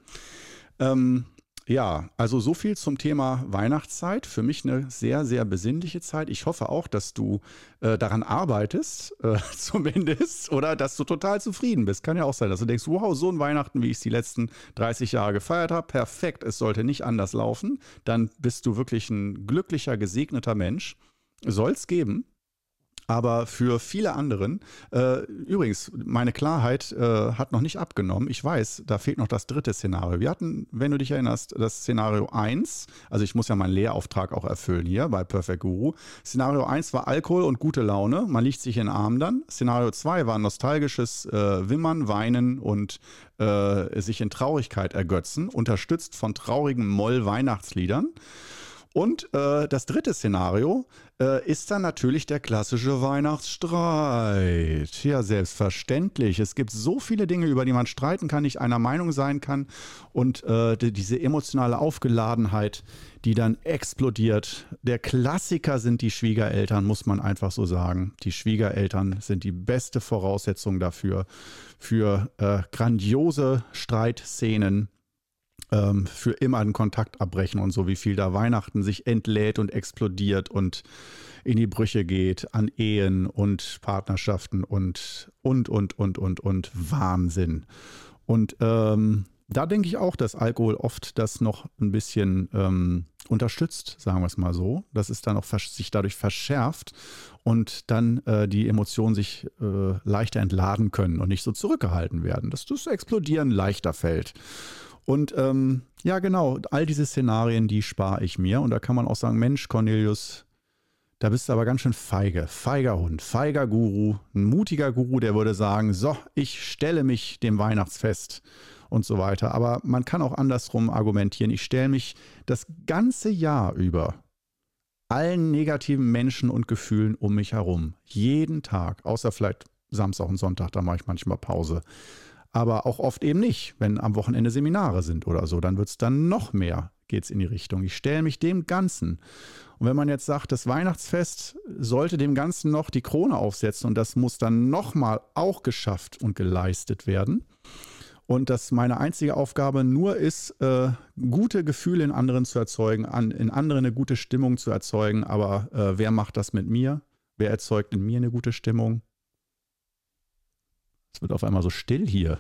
ja, also so viel zum Thema Weihnachtszeit. Für mich eine sehr, sehr besinnliche Zeit. Ich hoffe auch, dass du daran arbeitest, zumindest, oder dass du total zufrieden bist. Kann ja auch sein, dass du denkst, wow, so ein Weihnachten, wie ich es die letzten 30 Jahre gefeiert habe, perfekt, es sollte nicht anders laufen. Dann bist du wirklich ein glücklicher, gesegneter Mensch. soll es geben. Aber für viele anderen, übrigens, meine Klarheit hat noch nicht abgenommen. Ich weiß, da fehlt noch das dritte Szenario. Wir hatten, wenn du dich erinnerst, das Szenario 1, also ich muss ja meinen Lehrauftrag auch erfüllen hier bei Perfect Guru. Szenario 1 war Alkohol und gute Laune, man liegt sich in den Arm dann. Szenario 2 war nostalgisches Wimmern, Weinen und sich in Traurigkeit ergötzen, unterstützt von traurigen Moll-Weihnachtsliedern. Und das dritte Szenario ist dann natürlich der klassische Weihnachtsstreit. Ja, selbstverständlich. Es gibt so viele Dinge, über die man streiten kann, nicht einer Meinung sein kann. Und diese emotionale Aufgeladenheit, die dann explodiert. Der Klassiker sind die Schwiegereltern, muss man einfach so sagen. Die Schwiegereltern sind die beste Voraussetzung dafür, für grandiose Streitszenen. Für immer einen Kontakt abbrechen und so, wie viel da Weihnachten sich entlädt und explodiert und in die Brüche geht an Ehen und Partnerschaften und Wahnsinn. Und da denke ich auch, dass Alkohol oft das noch ein bisschen unterstützt, sagen wir es mal so, dass es dann auch sich dadurch verschärft und dann die Emotionen sich leichter entladen können und nicht so zurückgehalten werden, dass das Explodieren leichter fällt. Und ja, genau, all diese Szenarien, die spare ich mir. Und da kann man auch sagen, Mensch, Cornelius, da bist du aber ganz schön feige. Feiger Hund, feiger Guru, ein mutiger Guru, der würde sagen, so, ich stelle mich dem Weihnachtsfest und so weiter. Aber man kann auch andersrum argumentieren. Ich stelle mich das ganze Jahr über allen negativen Menschen und Gefühlen um mich herum. Jeden Tag, außer vielleicht Samstag und Sonntag, da mache ich manchmal Pause. Aber auch oft eben nicht, wenn am Wochenende Seminare sind oder so. Dann wird es dann noch mehr, geht es in die Richtung. Ich stelle mich dem Ganzen. Und wenn man jetzt sagt, das Weihnachtsfest sollte dem Ganzen noch die Krone aufsetzen und das muss dann nochmal auch geschafft und geleistet werden. Und dass meine einzige Aufgabe nur ist, gute Gefühle in anderen zu erzeugen, in anderen eine gute Stimmung zu erzeugen. Aber wer macht das mit mir? Wer erzeugt in mir eine gute Stimmung? Es wird auf einmal so still hier.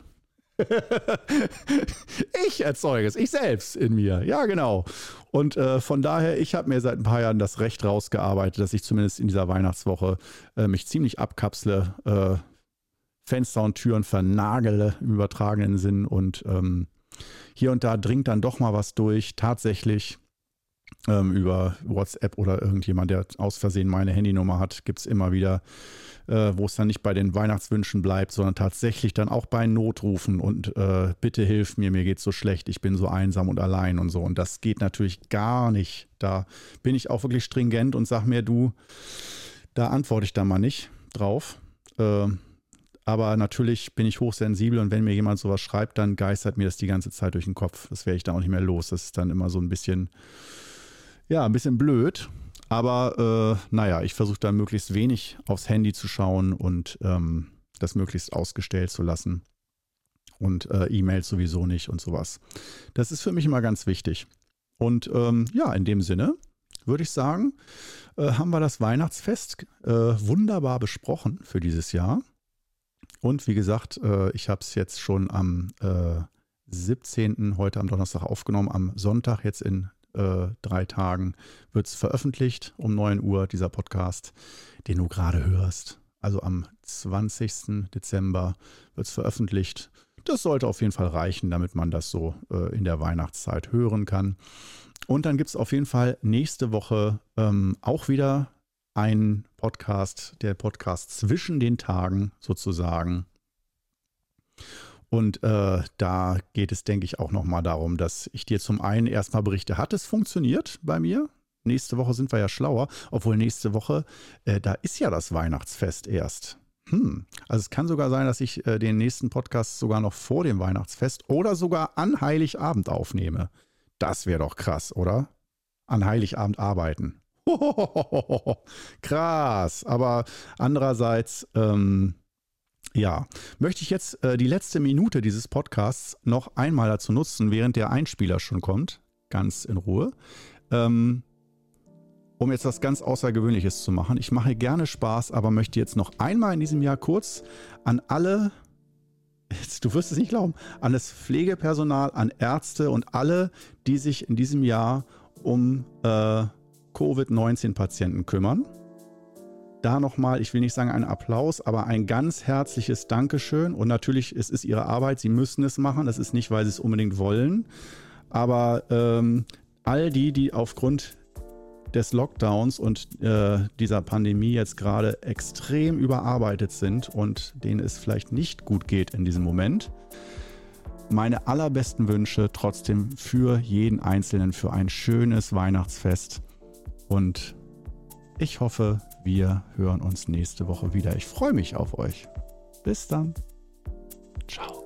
Ich erzeuge es, ich selbst in mir. Ja, genau. Und von daher, ich habe mir seit ein paar Jahren das Recht rausgearbeitet, dass ich zumindest in dieser Weihnachtswoche mich ziemlich abkapsle, Fenster und Türen vernagele im übertragenen Sinn und hier und da dringt dann doch mal was durch, tatsächlich. Über WhatsApp oder irgendjemand, der aus Versehen meine Handynummer hat, gibt es immer wieder, wo es dann nicht bei den Weihnachtswünschen bleibt, sondern tatsächlich dann auch bei Notrufen und bitte hilf mir, mir geht's so schlecht, ich bin so einsam und allein und so. Und das geht natürlich gar nicht. Da bin ich auch wirklich stringent und sag mir, du, da antworte ich da mal nicht drauf. Aber natürlich bin ich hochsensibel und wenn mir jemand sowas schreibt, dann geistert mir das die ganze Zeit durch den Kopf. Das werde ich dann auch nicht mehr los. Das ist dann immer so ein bisschen blöd, aber naja, ich versuche da möglichst wenig aufs Handy zu schauen und das möglichst ausgestellt zu lassen und E-Mails sowieso nicht und sowas. Das ist für mich immer ganz wichtig. Und ja, in dem Sinne würde ich sagen, haben wir das Weihnachtsfest wunderbar besprochen für dieses Jahr. Und wie gesagt, ich habe es jetzt schon am 17. heute am Donnerstag aufgenommen, am Sonntag jetzt in 3 Tagen wird es veröffentlicht um 9 Uhr, dieser Podcast, den du gerade hörst. Also am 20. Dezember wird es veröffentlicht. Das sollte auf jeden Fall reichen, damit man das so in der Weihnachtszeit hören kann. Und dann gibt es auf jeden Fall nächste Woche auch wieder einen Podcast, der Podcast zwischen den Tagen sozusagen. Und da geht es, denke ich, auch nochmal darum, dass ich dir zum einen erstmal berichte, hat es funktioniert bei mir? Nächste Woche sind wir ja schlauer, obwohl nächste Woche, da ist ja das Weihnachtsfest erst. Also es kann sogar sein, dass ich den nächsten Podcast sogar noch vor dem Weihnachtsfest oder sogar an Heiligabend aufnehme. Das wäre doch krass, oder? An Heiligabend arbeiten. Krass, aber andererseits, ja, möchte ich jetzt die letzte Minute dieses Podcasts noch einmal dazu nutzen, während der Einspieler schon kommt, ganz in Ruhe, um jetzt was ganz Außergewöhnliches zu machen. Ich mache gerne Spaß, aber möchte jetzt noch einmal in diesem Jahr kurz an alle, du wirst es nicht glauben, an das Pflegepersonal, an Ärzte und alle, die sich in diesem Jahr um Covid-19-Patienten kümmern, da nochmal, ich will nicht sagen einen Applaus, aber ein ganz herzliches Dankeschön. Und natürlich, es ist ihre Arbeit, sie müssen es machen. Das ist nicht, weil sie es unbedingt wollen. Aber all die aufgrund des Lockdowns und dieser Pandemie jetzt gerade extrem überarbeitet sind und denen es vielleicht nicht gut geht in diesem Moment, meine allerbesten Wünsche trotzdem für jeden Einzelnen, für ein schönes Weihnachtsfest. Und ich hoffe, wir hören uns nächste Woche wieder. Ich freue mich auf euch. Bis dann. Ciao.